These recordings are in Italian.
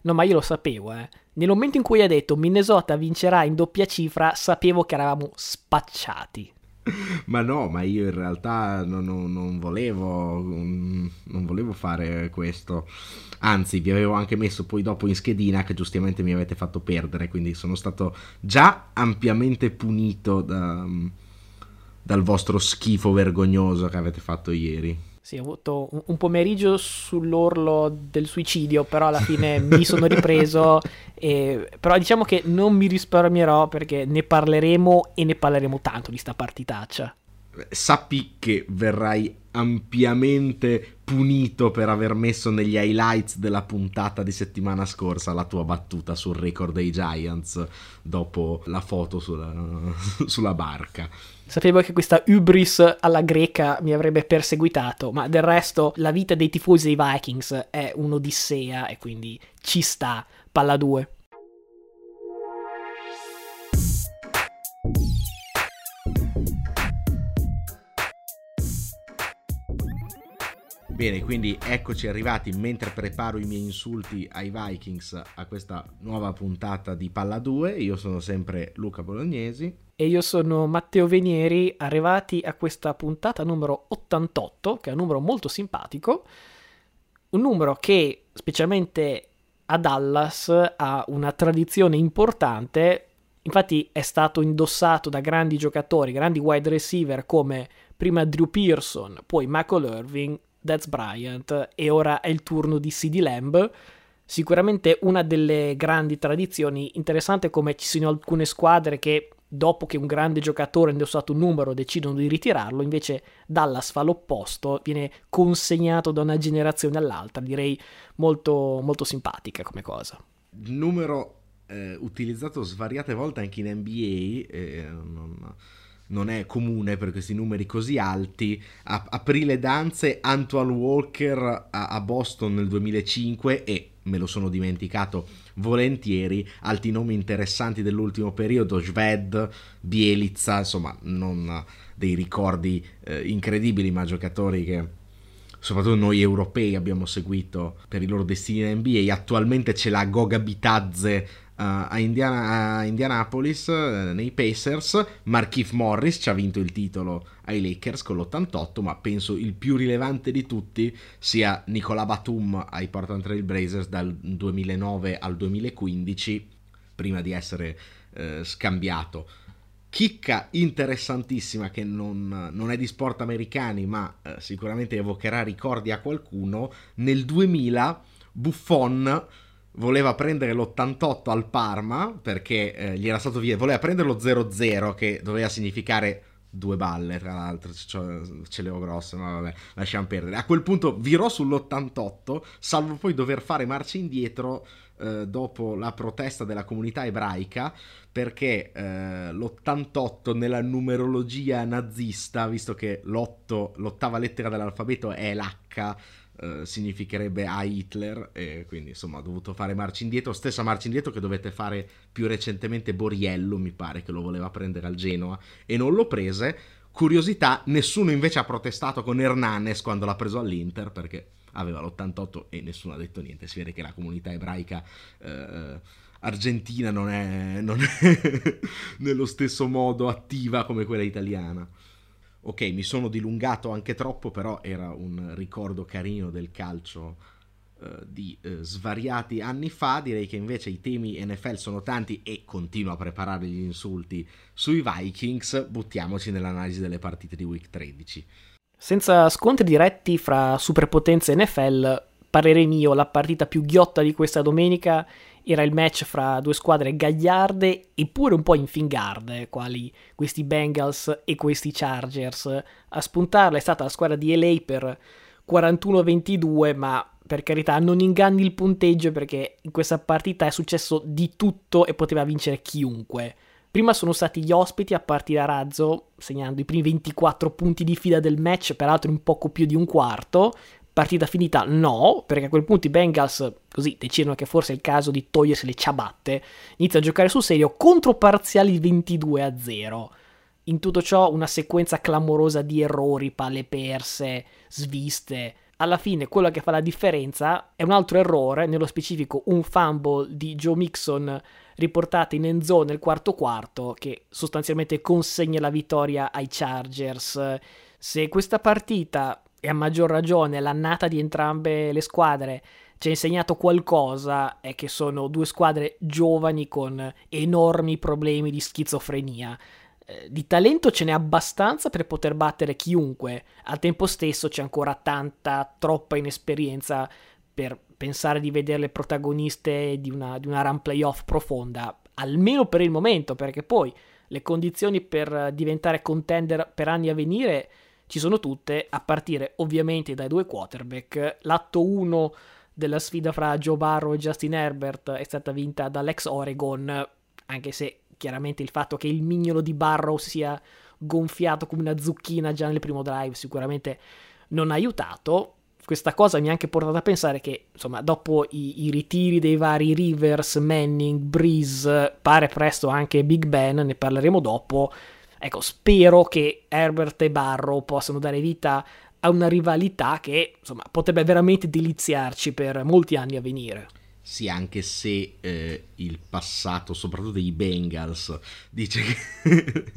No, ma io lo sapevo, eh. Nel momento in cui hai detto Minnesota vincerà in doppia cifra, sapevo che eravamo spacciati. Ma no, ma io in realtà non volevo fare questo. Anzi, vi avevo anche messo poi dopo in schedina che giustamente mi avete fatto perdere, quindi sono stato già ampiamente punito dal vostro schifo vergognoso che avete fatto ieri. Sì, ho avuto un pomeriggio sull'orlo del suicidio, però alla fine mi sono ripreso. Però diciamo che non mi risparmierò perché ne parleremo e ne parleremo tanto di sta partitaccia. Sappi che verrai ampiamente punito per aver messo negli highlights della puntata di settimana scorsa la tua battuta sul record dei Giants dopo la foto sulla barca. Sapevo che questa hubris alla greca mi avrebbe perseguitato, ma del resto la vita dei tifosi dei Vikings è un'odissea e quindi ci sta, palla 2. Bene, quindi eccoci arrivati mentre preparo i miei insulti ai Vikings a questa nuova puntata di Palla 2. Io sono sempre Luca Bolognesi. E io sono Matteo Venieri, arrivati a questa puntata numero 88, che è un numero molto simpatico, un numero che specialmente a Dallas ha una tradizione importante, infatti è stato indossato da grandi giocatori, grandi wide receiver come prima Drew Pearson, poi Michael Irving, Dez Bryant e ora è il turno di CeeDee Lamb. Sicuramente una delle grandi tradizioni, interessante come ci siano alcune squadre che dopo che un grande giocatore ha indossato un numero decidono di ritirarlo, invece Dallas fa l'opposto, viene consegnato da una generazione all'altra, direi molto, molto simpatica come cosa. Numero utilizzato svariate volte anche in NBA, non è comune per questi numeri così alti. Aprì le danze Antoine Walker a Boston nel 2005 e me lo sono dimenticato volentieri, altri nomi interessanti dell'ultimo periodo, Shved, Bielitsa, insomma non dei ricordi incredibili, ma giocatori che soprattutto noi europei abbiamo seguito per i loro destini in NBA. Attualmente c'è la Goga Bitadze a Indianapolis, nei Pacers. Markieff Morris ci ha vinto il titolo ai Lakers con l'88, ma penso il più rilevante di tutti sia Nicola Batum ai Portland Trail Blazers dal 2009 al 2015, prima di essere scambiato. Chicca interessantissima che non è di sport americani, ma sicuramente evocherà ricordi a qualcuno. Nel 2000 Buffon voleva prendere l'88 al Parma perché gli era stato via, voleva prendere lo 0-0 che doveva significare due balle, tra l'altro ce le ho grosse, ma vabbè, lasciamo perdere. A quel punto virò sull'88, salvo poi dover fare marcia indietro dopo la protesta della comunità ebraica, perché l'88 nella numerologia nazista, visto che l'ottava lettera dell'alfabeto è l'H, significherebbe a Hitler, e quindi insomma ho dovuto fare marcia indietro, stessa marcia indietro che dovete fare più recentemente Boriello, mi pare che lo voleva prendere al Genoa e non lo prese. Curiosità, nessuno invece ha protestato con Hernanes quando l'ha preso all'Inter, perché aveva l'88 e nessuno ha detto niente. Si vede che la comunità ebraica argentina non è nello stesso modo attiva come quella italiana. Ok, mi sono dilungato anche troppo, però era un ricordo carino del calcio di svariati anni fa. Direi che invece i temi NFL sono tanti e continuo a preparare gli insulti sui Vikings. Buttiamoci nell'analisi delle partite di Week 13. Senza scontri diretti fra superpotenze NFL, parere mio, la partita più ghiotta di questa domenica era il match fra due squadre gagliarde eppure un po' infingarde, quali questi Bengals e questi Chargers. A spuntarla è stata la squadra di LA per 41-22, ma per carità non inganni il punteggio perché in questa partita è successo di tutto e poteva vincere chiunque. Prima sono stati gli ospiti a partire a razzo, segnando i primi 24 punti di fila del match, peraltro in poco più di un quarto. Partita finita? No, perché a quel punto i Bengals così decidono che forse è il caso di togliersi le ciabatte, iniziano a giocare sul serio contro parziali 22-0. In tutto ciò una sequenza clamorosa di errori, palle perse, sviste, alla fine quello che fa la differenza è un altro errore, nello specifico un fumble di Joe Mixon riportato in end zone nel quarto che sostanzialmente consegna la vittoria ai Chargers. Se questa partita, e a maggior ragione l'annata di entrambe le squadre, ci ha insegnato qualcosa, è che sono due squadre giovani con enormi problemi di schizofrenia. Di talento ce n'è abbastanza per poter battere chiunque, al tempo stesso c'è ancora troppa inesperienza per pensare di vederle protagoniste di una run playoff profonda, almeno per il momento, perché poi le condizioni per diventare contender per anni a venire ci sono tutte, a partire ovviamente dai due quarterback. L'atto 1 della sfida fra Joe Burrow e Justin Herbert è stata vinta dall'ex Oregon, anche se chiaramente il fatto che il mignolo di Burrow sia gonfiato come una zucchina già nel primo drive sicuramente non ha aiutato. Questa cosa mi ha anche portato a pensare che, insomma, dopo i ritiri dei vari Rivers, Manning, Breeze, pare presto anche Big Ben, ne parleremo dopo. Ecco, spero che Herbert e Burrow possano dare vita a una rivalità che, insomma, potrebbe veramente deliziarci per molti anni a venire. Sì, anche se il passato, soprattutto dei Bengals, dice che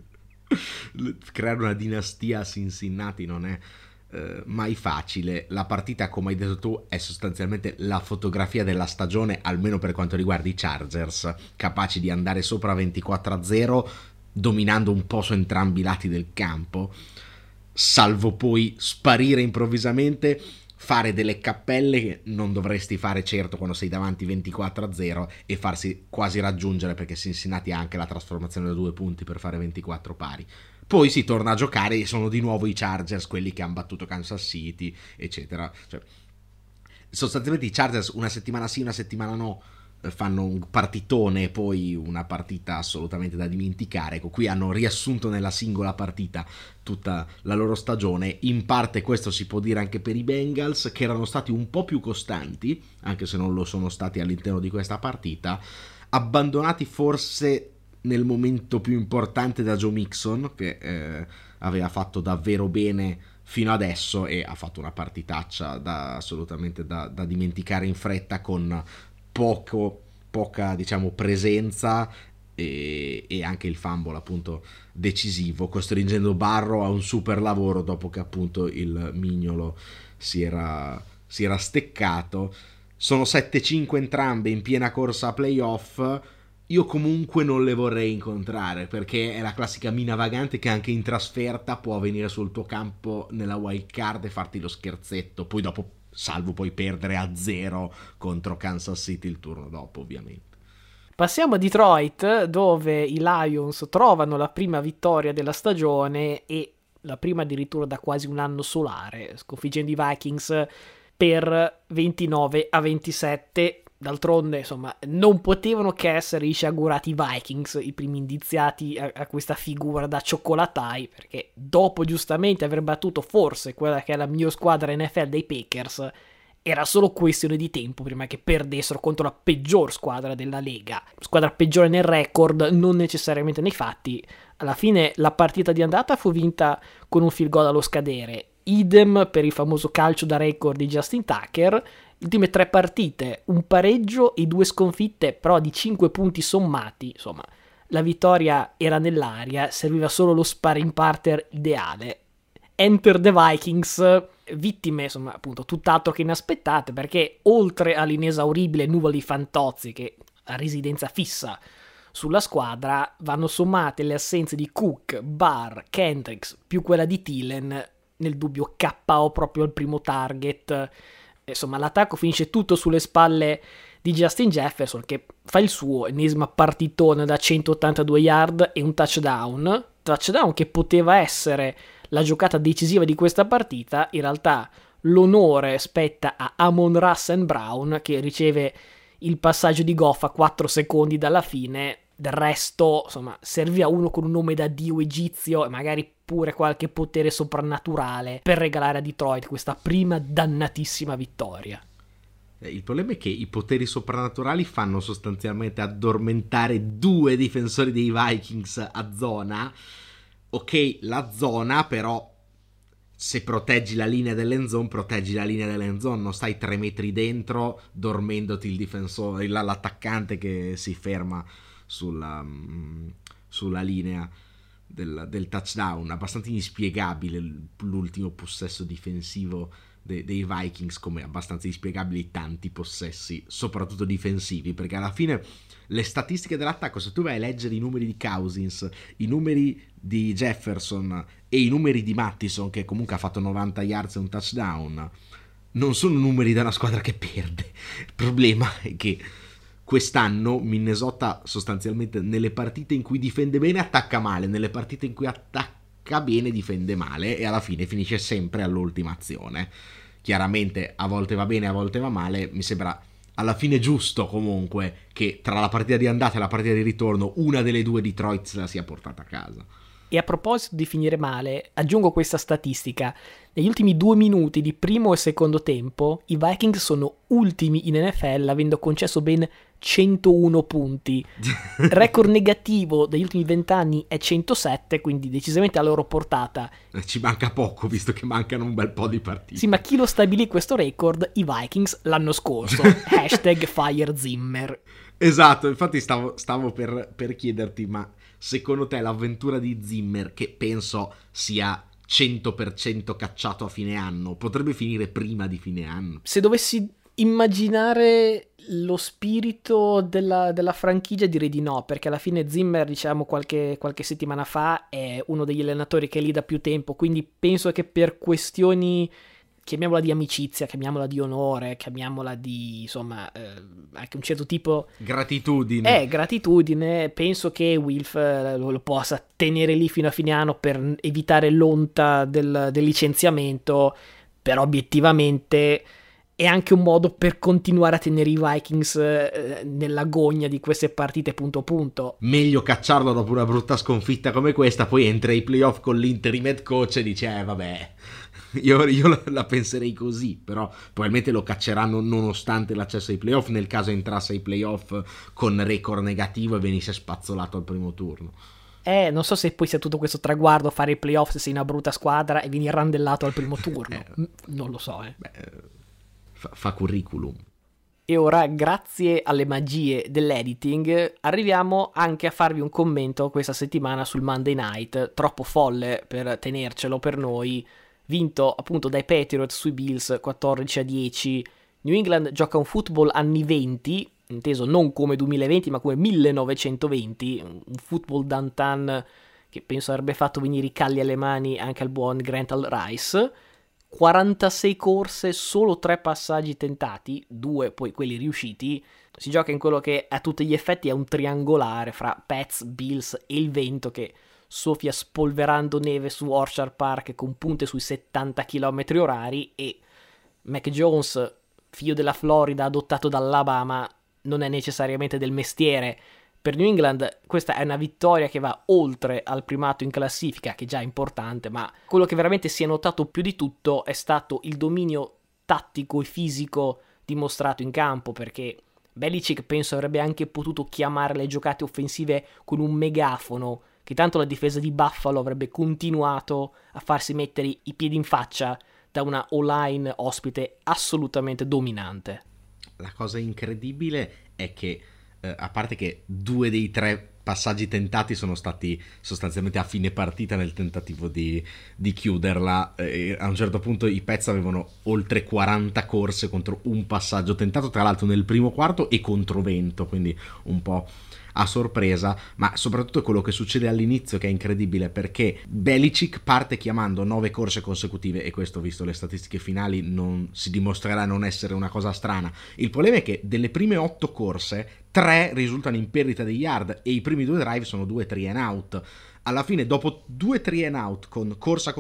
creare una dinastia a Cincinnati non è mai facile. La partita, come hai detto tu, è sostanzialmente la fotografia della stagione, almeno per quanto riguarda i Chargers, capaci di andare sopra 24-0, dominando un po' su entrambi i lati del campo, salvo poi sparire improvvisamente, fare delle cappelle che non dovresti fare certo quando sei davanti 24-0 e farsi quasi raggiungere, perché Cincinnati ha anche la trasformazione da 2 punti per fare 24 pari. Poi si torna a giocare e sono di nuovo i Chargers quelli che hanno battuto Kansas City, eccetera. Cioè, sostanzialmente i Chargers una settimana sì, una settimana no, fanno un partitone e poi una partita assolutamente da dimenticare. Ecco, qui hanno riassunto nella singola partita tutta la loro stagione. In parte questo si può dire anche per i Bengals, che erano stati un po' più costanti, anche se non lo sono stati all'interno di questa partita, abbandonati forse nel momento più importante da Joe Mixon, che aveva fatto davvero bene fino adesso e ha fatto una partitaccia assolutamente da dimenticare in fretta, con poca diciamo presenza e anche il fumble appunto decisivo, costringendo Burrow a un super lavoro dopo che appunto il mignolo si era steccato. Sono 7-5 entrambe in piena corsa a playoff. Io comunque non le vorrei incontrare, perché è la classica mina vagante che anche in trasferta può venire sul tuo campo nella wild card e farti lo scherzetto, poi dopo, salvo poi perdere a 0 contro Kansas City il turno dopo, ovviamente. Passiamo a Detroit, dove i Lions trovano la prima vittoria della stagione e la prima addirittura da quasi un anno solare, sconfiggendo i Vikings per 29-27. D'altronde, insomma, non potevano che essere i sciagurati Vikings i primi indiziati a questa figura da cioccolatai, perché dopo giustamente aver battuto forse quella che è la miglior squadra NFL dei Packers, era solo questione di tempo prima che perdessero contro la peggior squadra della Lega. Squadra peggiore nel record, non necessariamente nei fatti. Alla fine la partita di andata fu vinta con un field goal allo scadere. Idem per il famoso calcio da record di Justin Tucker. Le ultime 3 partite, un pareggio e 2 sconfitte, però di 5 punti sommati. Insomma, la vittoria era nell'aria, serviva solo lo sparring partner ideale. Enter the Vikings, vittime, insomma, appunto, tutt'altro che inaspettate, perché oltre all'inesauribile nuvola di Fantozzi, che ha residenza fissa sulla squadra, vanno sommate le assenze di Cook, Barr, Kendricks, più quella di Thielen, nel dubbio KO proprio al primo target. Insomma, l'attacco finisce tutto sulle spalle di Justin Jefferson, che fa il suo ennesima partitone da 182 yard e un touchdown che poteva essere la giocata decisiva di questa partita. In realtà l'onore spetta a Amon-Ra St. Brown, che riceve il passaggio di Goff a 4 secondi dalla fine. Del resto, insomma, serviva uno con un nome da dio egizio e magari pure qualche potere soprannaturale per regalare a Detroit questa prima dannatissima vittoria. Il problema è che i poteri soprannaturali fanno sostanzialmente addormentare 2 difensori dei Vikings a zona. Ok, la zona però se proteggi la linea dell'end zone, proteggi la linea dell'end zone, non stai 3 metri dentro dormendoti il difensore, l'attaccante che si ferma sulla linea del touchdown. Abbastanza inspiegabile l'ultimo possesso difensivo dei Vikings, come abbastanza inspiegabili tanti possessi, soprattutto difensivi, perché alla fine le statistiche dell'attacco, se tu vai a leggere i numeri di Cousins, i numeri di Jefferson e i numeri di Mattison, che comunque ha fatto 90 yards e un touchdown, non sono numeri da una squadra che perde. Il problema è che quest'anno Minnesota sostanzialmente nelle partite in cui difende bene attacca male, nelle partite in cui attacca bene difende male, e alla fine finisce sempre all'ultima azione. Chiaramente a volte va bene, a volte va male. Mi sembra alla fine giusto comunque che tra la partita di andata e la partita di ritorno una delle due Detroit se la sia portata a casa. E a proposito di finire male, aggiungo questa statistica. Negli ultimi 2 minuti di primo e secondo tempo, i Vikings sono ultimi in NFL, avendo concesso ben 101 punti. Il record negativo degli ultimi 20 anni è 107, quindi decisamente a loro portata. Ci manca poco, visto che mancano un bel po' di partite. Sì, ma chi lo stabilì questo record? I Vikings l'anno scorso. Hashtag Fire Zimmer. Esatto, infatti stavo per chiederti, ma secondo te l'avventura di Zimmer, che penso sia 100% cacciato a fine anno, potrebbe finire prima di fine anno? Se dovessi immaginare lo spirito della franchigia, direi di no, perché alla fine Zimmer, diciamo qualche settimana fa, è uno degli allenatori che è lì da più tempo, quindi penso che per questioni, chiamiamola di amicizia, chiamiamola di onore, chiamiamola di, insomma, anche un certo tipo... Gratitudine, penso che Wilf lo possa tenere lì fino a fine anno per evitare l'onta del licenziamento, però obiettivamente è anche un modo per continuare a tenere i Vikings nell'agonia di queste partite punto a punto. Meglio cacciarlo dopo una brutta sconfitta come questa, poi entra ai playoff con l'interim head coach e dice vabbè... Io la penserei così, però probabilmente lo cacceranno nonostante l'accesso ai playoff, nel caso entrasse ai playoff con record negativo e venisse spazzolato al primo turno. Non so se poi sia tutto questo traguardo fare i playoff se sei una brutta squadra e vieni randellato al primo turno. Non lo so. Fa curriculum. E ora, grazie alle magie dell'editing, arriviamo anche a farvi un commento questa settimana sul Monday Night, troppo folle per tenercelo per noi, vinto appunto dai Patriots sui Bills 14-10. New England gioca un football anni 20, inteso non come 2020 ma come 1920, un football downtown che penso avrebbe fatto venire i calli alle mani anche al buon Grant Rice. 46 corse, solo 3 passaggi tentati, 2 poi quelli riusciti. Si gioca in quello che a tutti gli effetti è un triangolare fra Pats, Bills e il vento che soffia spolverando neve su Orchard Park con punte sui 70 km/h, e Mac Jones, figlio della Florida adottato dall'Alabama, non è necessariamente del mestiere. Per New England questa è una vittoria che va oltre al primato in classifica, che già è importante, ma quello che veramente si è notato più di tutto è stato il dominio tattico e fisico dimostrato in campo, perché Belichick penso avrebbe anche potuto chiamare le giocate offensive con un megafono, che tanto la difesa di Buffalo avrebbe continuato a farsi mettere i piedi in faccia da una O-line ospite assolutamente dominante. La cosa incredibile è che a parte che 2 dei 3 passaggi tentati sono stati sostanzialmente a fine partita nel tentativo di chiuderla, a un certo punto i Pets avevano oltre 40 corse contro un passaggio tentato, tra l'altro nel primo quarto e contro vento, quindi un po' a sorpresa, ma soprattutto quello che succede all'inizio che è incredibile, perché Belichick parte chiamando 9 corse consecutive, e questo, visto le statistiche finali, non si dimostrerà non essere una cosa strana. Il problema è che delle prime 8 corse 3 risultano in perdita di yard e i primi 2 drive sono 2 3 and out. Alla fine, dopo 2 3 and out con corsa,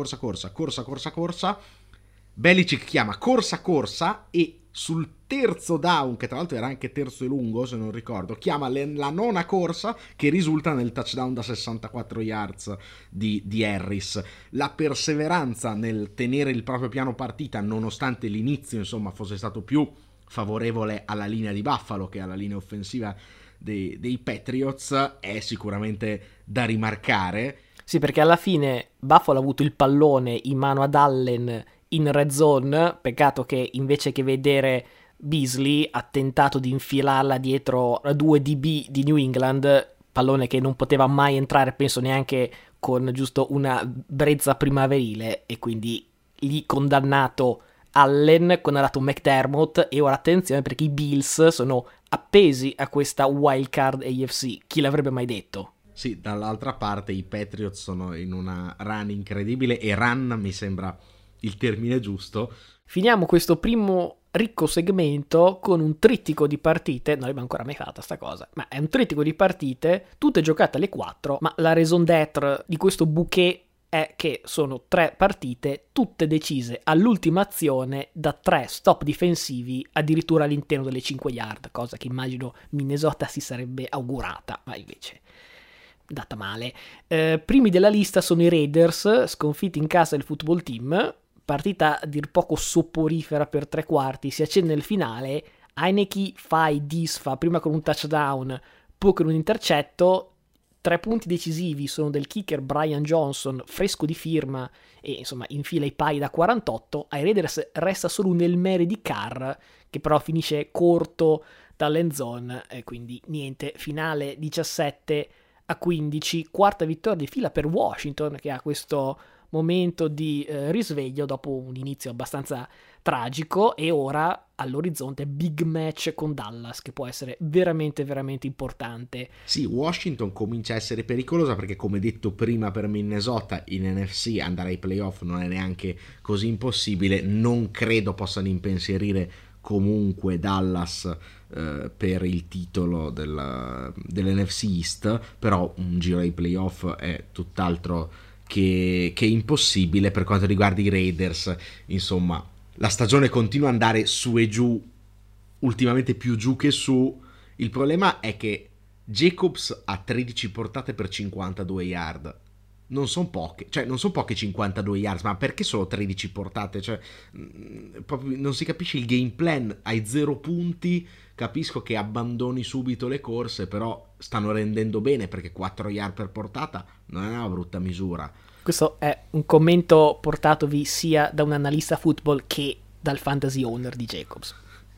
Belichick chiama corsa e sul terzo down, che tra l'altro era anche terzo e lungo se non ricordo, chiama la nona corsa che risulta nel touchdown da 64 yards di Harris. La perseveranza nel tenere il proprio piano partita, nonostante l'inizio insomma fosse stato più favorevole alla linea di Buffalo che alla linea offensiva dei Patriots, è sicuramente da rimarcare. Sì, perché alla fine Buffalo ha avuto il pallone in mano ad Allen in red zone, peccato che invece che vedere Beasley ha tentato di infilarla dietro a 2 DB di New England, pallone che non poteva mai entrare, penso neanche con giusto una brezza primaverile, e quindi lì condannato Allen, condannato McDermott, e ora attenzione perché i Bills sono appesi a questa wildcard AFC, chi l'avrebbe mai detto? Sì, dall'altra parte i Patriots sono in una run incredibile, e run mi sembra il termine giusto. Finiamo questo primo ricco segmento con un trittico di partite, non l'abbiamo ancora mai fatta sta cosa, ma è un trittico di partite, tutte giocate alle 4, ma la raison d'être di questo bouquet è che sono 3 partite tutte decise all'ultima azione da 3 stop difensivi addirittura all'interno delle 5 yard, cosa che immagino Minnesota si sarebbe augurata, ma invece data male. Primi della lista sono i Raiders, sconfitti in casa del football team, partita a dir poco soporifera per 3 quarti, si accende il finale, Heineke fa e disfa, prima con un touchdown, poi con un intercetto. 3 punti decisivi sono del kicker Brian Johnson, fresco di firma, e insomma infila i pali da 48. Ai Raiders resta solo un El Meri di Carr, che però finisce corto dall'end zone, e quindi niente, finale 17-15, quarta vittoria di fila per Washington, che ha questo momento di risveglio dopo un inizio abbastanza tragico, e ora all'orizzonte big match con Dallas, che può essere veramente veramente importante. Sì, Washington comincia a essere pericolosa perché, come detto prima per Minnesota, in NFC andare ai playoff non è neanche così impossibile. Non credo possano impensierire comunque Dallas per il titolo dell'NFC East, però un giro ai playoff è tutt'altro che impossibile. Per quanto riguarda i Raiders, insomma, la stagione continua ad andare su e giù, ultimamente più giù che su. Il problema è che Jacobs ha 13 portate per 52 yard. Non sono poche, cioè non sono poche 52 yards, ma perché solo 13 portate? Cioè, proprio non si capisce il game plan. Hai 0 punti, capisco che abbandoni subito le corse, però stanno rendendo bene perché 4 yard per portata non è una brutta misura. Questo è un commento portatovi sia da un analista football che dal fantasy owner di Jacobs.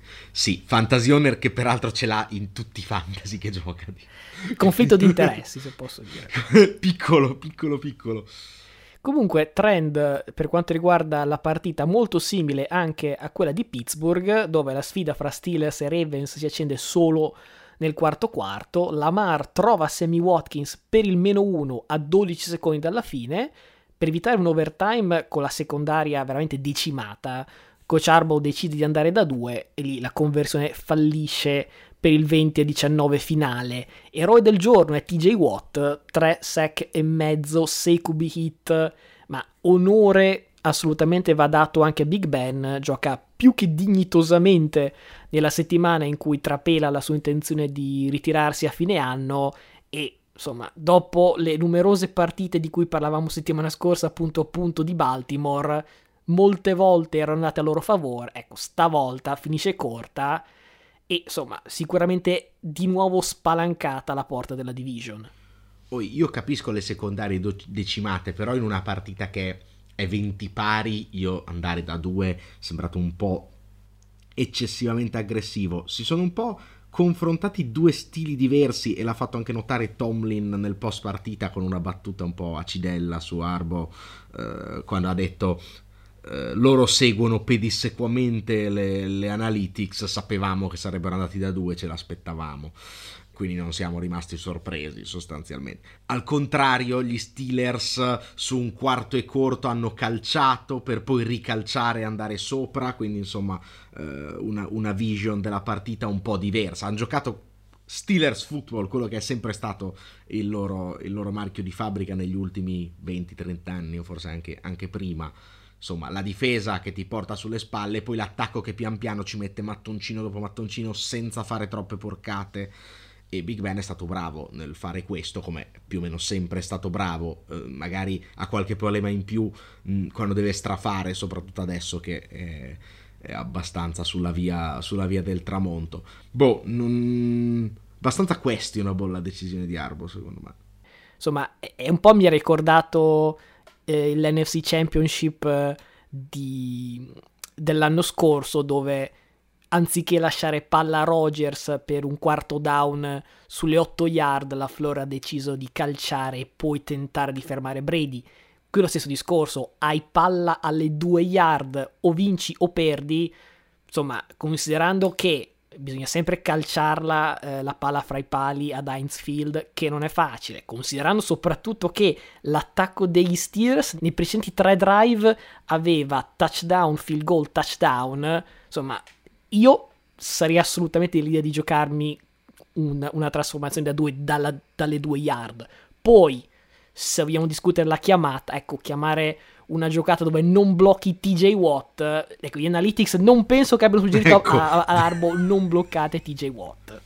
Sì, fantasy owner che peraltro ce l'ha in tutti i fantasy che gioca. Conflitto di interessi, se posso dire. Piccolo, piccolo, piccolo. Comunque, trend per quanto riguarda la partita molto simile anche a quella di Pittsburgh, dove la sfida fra Steelers e Ravens si accende solo nel quarto quarto. Lamar trova Sammy Watkins per il -1 a 12 secondi dalla fine, per evitare un overtime con la secondaria veramente decimata. Coach Harbaugh decide di andare da 2 e lì la conversione fallisce per il 20-19 finale. Eroe del giorno è TJ Watt, 3 sack e mezzo, 6 QB hit, ma onore assolutamente va dato anche a Big Ben, gioca più che dignitosamente nella settimana in cui trapela la sua intenzione di ritirarsi a fine anno, e insomma, dopo le numerose partite di cui parlavamo settimana scorsa, appunto di Baltimore, molte volte erano andate a loro favore, ecco, stavolta finisce corta, e insomma, sicuramente di nuovo spalancata la porta della division. Poi io capisco le secondarie decimate, però in una partita che è 20 pari, io andare da 2 è sembrato un po' eccessivamente aggressivo. Si sono un po' confrontati 2 stili diversi, e l'ha fatto anche notare Tomlin nel post partita con una battuta un po' acidella su Harbaugh, quando ha detto loro seguono pedissequamente le analytics, sapevamo che sarebbero andati da 2, ce l'aspettavamo, quindi non siamo rimasti sorpresi sostanzialmente. Al contrario, gli Steelers su un quarto e corto hanno calciato per poi ricalciare e andare sopra, quindi insomma una vision della partita un po' diversa. Hanno giocato Steelers football, quello che è sempre stato il loro marchio di fabbrica negli ultimi 20-30 anni, o forse anche prima. Insomma, la difesa che ti porta sulle spalle, e poi l'attacco che pian piano ci mette mattoncino dopo mattoncino senza fare troppe porcate. E Big Ben è stato bravo nel fare questo, come più o meno sempre è stato bravo. Magari ha qualche problema in più quando deve strafare, soprattutto adesso che è abbastanza sulla via del tramonto. Abbastanza questionable la decisione di Harbaugh, secondo me. insomma, un po' mi ha ricordato l'NFC Championship dell'anno scorso, dove anziché lasciare palla a Rodgers per un quarto down sulle 8 yard, la Flora ha deciso di calciare e poi tentare di fermare Brady. Qui lo stesso discorso, hai palla alle 2 yard, o vinci o perdi. Insomma, considerando che bisogna sempre calciarla la palla fra i pali ad Heinz Field, che non è facile, considerando soprattutto che l'attacco degli Steelers nei precedenti 3 drive aveva touchdown, field goal, touchdown. Insomma, io sarei assolutamente dell'idea di giocarmi una trasformazione dalle 2 yard. Poi, se vogliamo discutere la chiamata, ecco, chiamare una giocata dove non blocchi TJ Watt, ecco, gli analytics non penso che abbiano suggerito ecco. a Arbo non bloccate TJ Watt.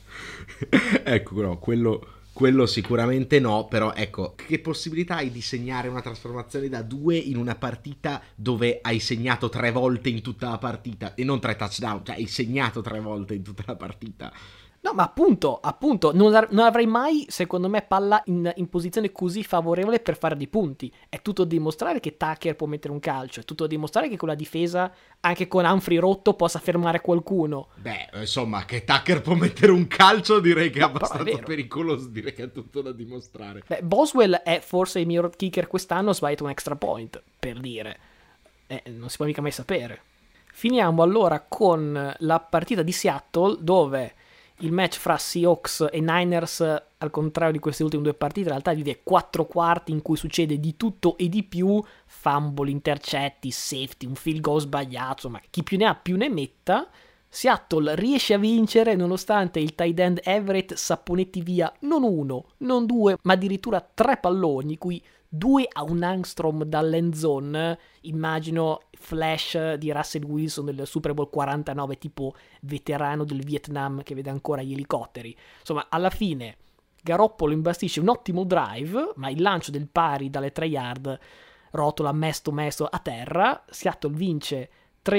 Ecco, no, quello sicuramente no, però ecco, che possibilità hai di segnare una trasformazione da 2 in una partita dove hai segnato 3 volte in tutta la partita, e non 3 touchdown, cioè hai segnato 3 volte in tutta la partita. No, ma appunto, non avrei mai, secondo me, palla in posizione così favorevole per fare dei punti. È tutto a dimostrare che Tucker può mettere un calcio, è tutto a dimostrare che con la difesa, anche con Humphrey rotto, possa fermare qualcuno. Beh, insomma, che Tucker può mettere un calcio direi che è No, abbastanza pericoloso, direi che è tutto da dimostrare. Beh, Boswell è forse il miglior kicker quest'anno, ha sbagliato un extra point, per dire. Non si può mica mai sapere. Finiamo allora con la partita di Seattle, dove il match fra Seahawks e Niners, al contrario di queste ultime 2 partite, in realtà vive 4 quarti in cui succede di tutto e di più, fumble, intercetti, safety, un field goal sbagliato, ma chi più ne ha più ne metta. Seattle riesce a vincere nonostante il tight end Everett sapponetti via non 1, non 2, ma addirittura 3 palloni, cui 2 a un angstrom dall'end zone. Immagino flash di Russell Wilson del Super Bowl 49, tipo veterano del Vietnam che vede ancora gli elicotteri. Insomma, alla fine Garoppolo imbastisce un ottimo drive, ma il lancio del pari dalle 3 yard rotola mesto a terra. Seattle vince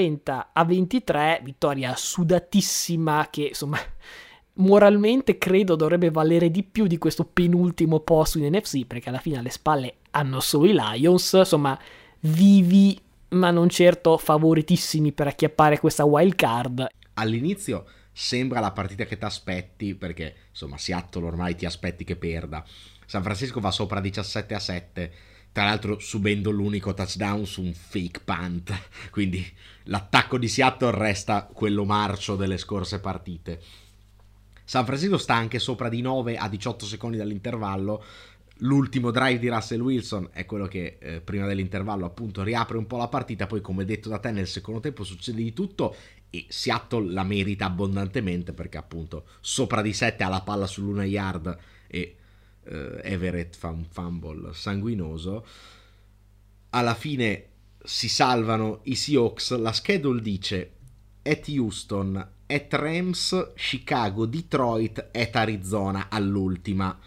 30-23, vittoria sudatissima che, insomma, moralmente credo dovrebbe valere di più di questo penultimo posto in NFC, perché alla fine alle spalle hanno solo i Lions, insomma, vivi ma non certo favoritissimi per acchiappare questa wild card. All'inizio sembra la partita che ti aspetti, perché insomma Seattle ormai ti aspetti che perda. San Francisco va sopra 17-7, tra l'altro subendo l'unico touchdown su un fake punt, quindi l'attacco di Seattle resta quello marcio delle scorse partite. San Francisco sta anche sopra di 9 a 18 secondi dall'intervallo. L'ultimo drive di Russell Wilson è quello che prima dell'intervallo appunto riapre un po' la partita. Poi, come detto da te, nel secondo tempo succede di tutto e Seattle la merita abbondantemente, perché appunto sopra di 7 ha la palla sull'1 yard e Everett fa un fumble sanguinoso. Alla fine si salvano i Seahawks. La schedule dice at Houston, at Rams, Chicago, Detroit, at Arizona all'ultima.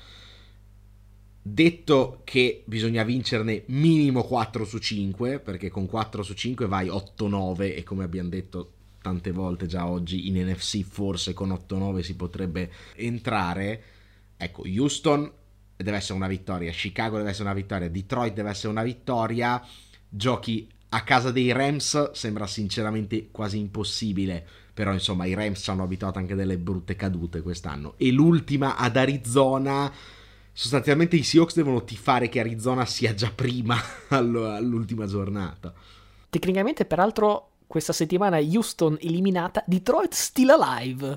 Detto che bisogna vincerne minimo 4 su 5, perché con 4 su 5 vai 8-9 e, come abbiamo detto tante volte già oggi, in NFC forse con 8-9 si potrebbe entrare. Ecco, Houston deve essere una vittoria, Chicago deve essere una vittoria, Detroit deve essere una vittoria. Giochi a casa dei Rams sembra sinceramente quasi impossibile, però insomma i Rams ci hanno abituato anche delle brutte cadute quest'anno. E l'ultima ad Arizona, sostanzialmente i Seahawks devono tifare che Arizona sia già prima all'ultima giornata. Tecnicamente, peraltro, questa settimana Houston eliminata, Detroit still alive.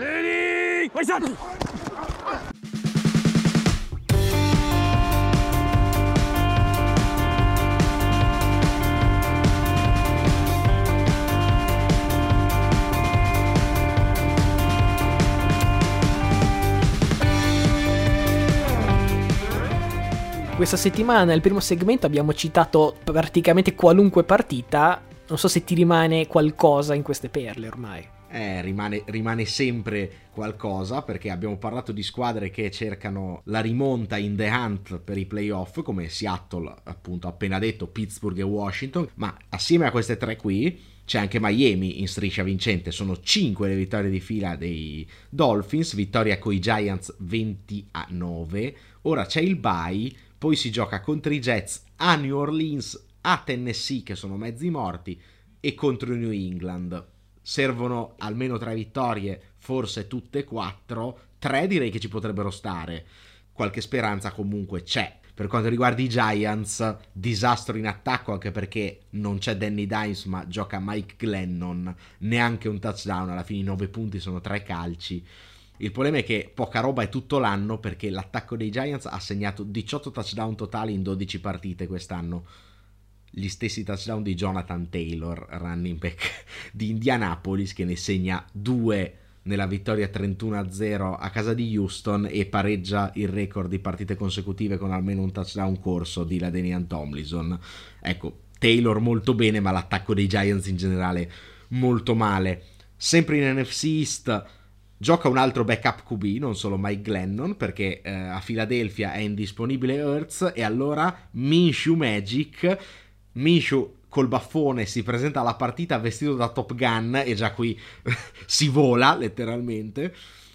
Questa settimana nel primo segmento abbiamo citato praticamente qualunque partita. Non so se ti rimane qualcosa in queste perle ormai. Rimane sempre qualcosa, perché abbiamo parlato di squadre che cercano la rimonta in the hunt per i playoff, come Seattle, appunto appena detto, Pittsburgh e Washington, ma assieme a queste tre qui c'è anche Miami in striscia vincente. Sono 5 le vittorie di fila dei Dolphins, vittoria coi Giants 20-9. Ora c'è il bye, poi si gioca contro i Jets a New Orleans, a Tennessee che sono mezzi morti e contro New England. Servono almeno 3 vittorie, forse tutte 4, 3 direi che ci potrebbero stare, qualche speranza comunque c'è. Per quanto riguarda i Giants, disastro in attacco anche perché non c'è Danny Dimes ma gioca Mike Glennon, neanche un touchdown, alla fine i 9 punti sono 3 calci. Il problema è che poca roba è tutto l'anno perché l'attacco dei Giants ha segnato 18 touchdown totali in 12 partite quest'anno. Gli stessi touchdown di Jonathan Taylor, running back di Indianapolis, che ne segna 2 nella vittoria 31-0 a casa di Houston e pareggia il record di partite consecutive con almeno un touchdown corso di LaDainian Tomlinson. Ecco, Taylor molto bene, ma l'attacco dei Giants in generale molto male. Sempre in NFC East gioca un altro backup QB, non solo Mike Glennon, perché a Philadelphia è indisponibile Hurts e allora Minshew Magic. Minshew col baffone si presenta alla partita vestito da Top Gun e già qui si vola letteralmente,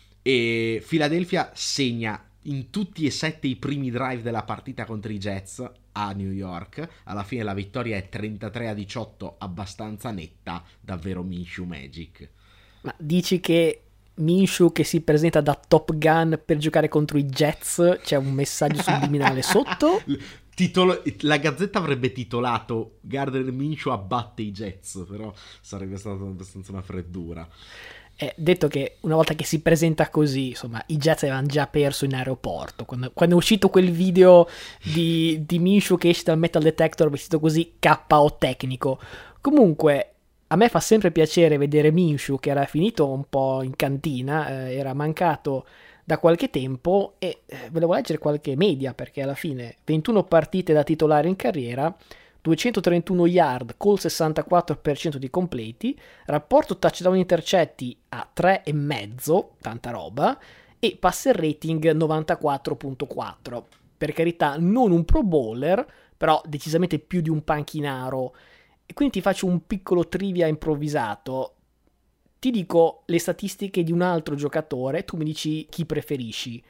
e Philadelphia segna in tutti e 7 i primi drive della partita contro i Jets a New York. Alla fine la vittoria è 33-18, abbastanza netta, davvero Minshew Magic. Ma dici che Minshew che si presenta da Top Gun per giocare contro i Jets, c'è un messaggio subliminale sotto? La Gazzetta avrebbe titolato Gardner Minshew abbatte i Jets, però sarebbe stata abbastanza una freddura. Detto che una volta che si presenta così, insomma, i Jets avevano già perso in aeroporto. Quando è uscito quel video di Minshew che esce dal metal detector vestito così, KO tecnico. Comunque, a me fa sempre piacere vedere Minshew, che era finito un po' in cantina, era mancato da qualche tempo, e volevo leggere qualche media, perché alla fine 21 partite da titolare in carriera, 231 yard col 64% di completi, rapporto touchdown intercetti a 3,5, tanta roba, e passer rating 94.4. Per carità, non un pro bowler, però decisamente più di un panchinaro. E quindi ti faccio un piccolo trivia improvvisato. Ti dico le statistiche di un altro giocatore, tu mi dici chi preferisci.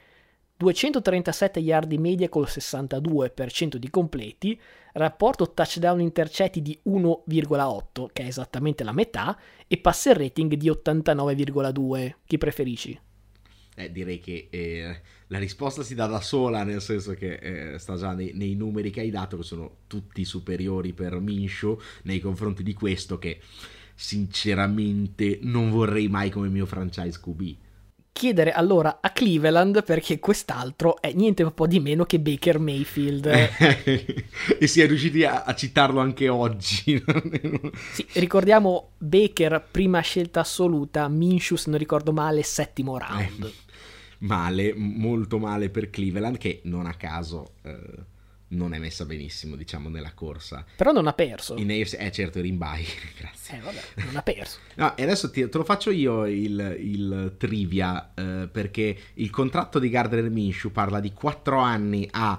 237 yard di media col 62% di completi, rapporto touchdown intercetti di 1,8, che è esattamente la metà, e passer rating di 89,2. Chi preferisci? Direi che la risposta si dà da sola, nel senso che sta già nei numeri che hai dato, che sono tutti superiori per Minshew nei confronti di questo che sinceramente non vorrei mai come mio franchise QB. Chiedere allora a Cleveland, perché quest'altro è niente po' di meno che Baker Mayfield. E si è riusciti a citarlo anche oggi. Sì, ricordiamo Baker prima scelta assoluta, Minshew se non ricordo male settimo round. Male, molto male per Cleveland, che non a caso non è messa benissimo, diciamo, nella corsa. Però non ha perso. In AFC, certo, i rimbai, grazie. Vabbè, non ha perso. No, e adesso te lo faccio io il trivia, perché il contratto di Gardner Minshew parla di 4 anni a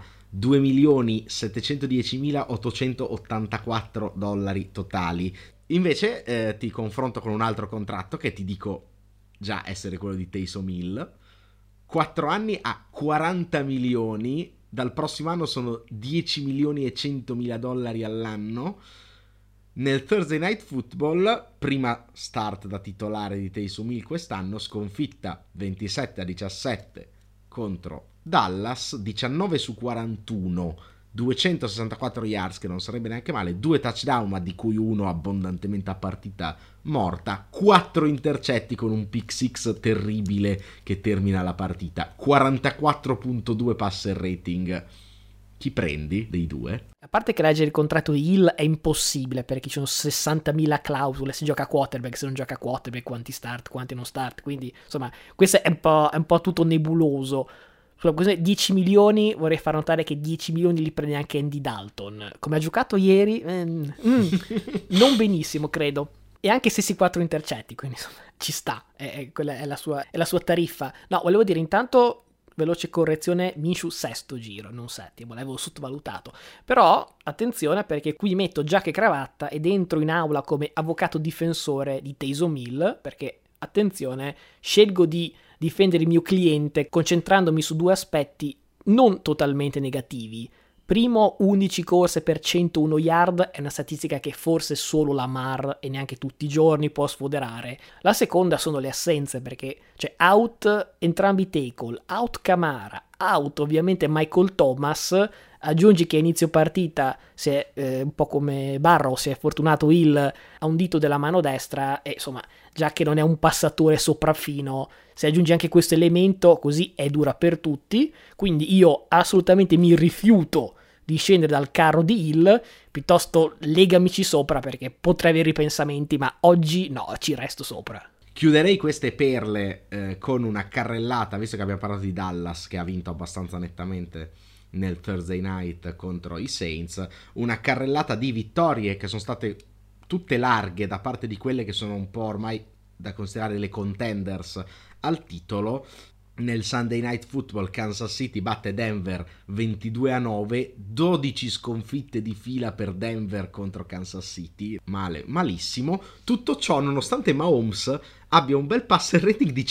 $2.710.884 totali. Invece ti confronto con un altro contratto che ti dico già essere quello di Taysom Hill. 4 anni a 40 milioni, dal prossimo anno sono $10.100.000 all'anno. Nel Thursday Night Football, prima start da titolare di Taysom Hill quest'anno, sconfitta 27-17 contro Dallas, 19 su 41, 264 yards, che non sarebbe neanche male, 2 touchdown, ma di cui uno abbondantemente a partita morta, 4 intercetti con un pick six terribile che termina la partita, 44.2 passer rating. Chi prendi dei due? A parte che leggere il contratto di Hill è impossibile, perché ci sono 60.000 clausole, se gioca quarterback, se non gioca quarterback, quanti start, quanti non start, quindi insomma questo è un po' tutto nebuloso. Sulla questione 10 milioni vorrei far notare che 10 milioni li prende anche Andy Dalton. Come ha giocato ieri, non benissimo credo. E anche 64 intercetti, quindi insomma ci sta, quella è la sua tariffa. No, volevo dire intanto, veloce correzione, Minshew sesto giro, non settimo, l'avevo sottovalutato. Però attenzione, perché qui metto giacca e cravatta ed entro in aula come avvocato difensore di Taysom Hill, perché attenzione, scelgo di difendere il mio cliente concentrandomi su due aspetti non totalmente negativi. Primo, 11 corse per 101 yard, è una statistica che forse solo Lamar e neanche tutti i giorni può sfoderare. La seconda sono le assenze, perché c'è out entrambi i tackle, out Kamara, out ovviamente Michael Thomas, aggiungi che a inizio partita si è un po' come Barrow, si è fortunato Hill a un dito della mano destra e insomma, già che non è un passatore sopraffino, se aggiungi anche questo elemento così è dura per tutti, quindi io assolutamente mi rifiuto di scendere dal carro di Hill, piuttosto legamici sopra perché potrei avere ripensamenti, ma oggi no, ci resto sopra. Chiuderei queste perle con una carrellata, visto che abbiamo parlato di Dallas che ha vinto abbastanza nettamente nel Thursday night contro i Saints, una carrellata di vittorie che sono state tutte larghe da parte di quelle che sono un po' ormai da considerare le contenders al titolo. Nel Sunday Night Football Kansas City batte Denver 22-9, 12 sconfitte di fila per Denver contro Kansas City, malissimo. Tutto ciò nonostante Mahomes abbia un bel passer rating di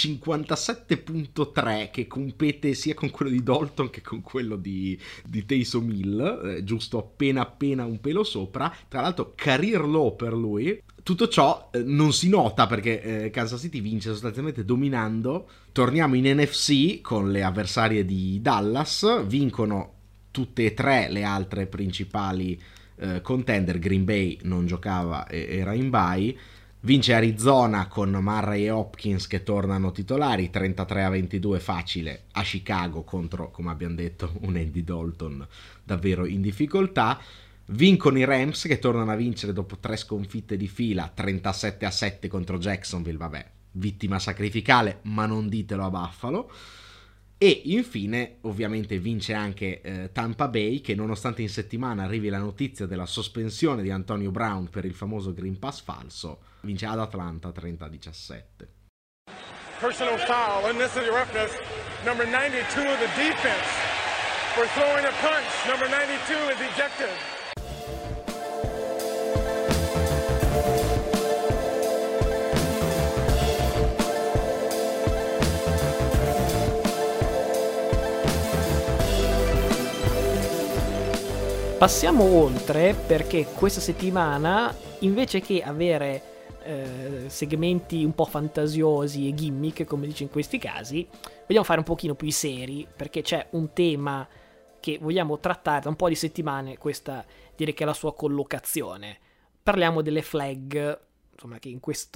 57.3 che compete sia con quello di Dalton che con quello di Taysom Hill, giusto appena un pelo sopra. Tra l'altro career low per lui. Tutto ciò non si nota perché Kansas City vince sostanzialmente dominando. Torniamo in NFC con le avversarie di Dallas, vincono tutte e tre le altre principali contender. Green Bay non giocava, era in bye. Vince Arizona con Murray e Hopkins che tornano titolari, 33-22 facile a Chicago contro, come abbiamo detto, un Andy Dalton davvero in difficoltà. Vincono i Rams che tornano a vincere dopo 3 sconfitte di fila, 37-7 contro Jacksonville, vabbè, vittima sacrificale, ma non ditelo a Buffalo. E infine ovviamente vince anche Tampa Bay che nonostante in settimana arrivi la notizia della sospensione di Antonio Brown per il famoso Green Pass falso, vince ad Atlanta 30-17. Personal foul, unnecessary roughness, number 92 of the defense for throwing a punch, number 92 is ejected. Passiamo oltre perché questa settimana invece che avere segmenti un po' fantasiosi e gimmick come dice in questi casi, vogliamo fare un pochino più seri perché c'è un tema che vogliamo trattare da un po' di settimane, questa direi che è la sua collocazione. Parliamo delle flag, insomma, che in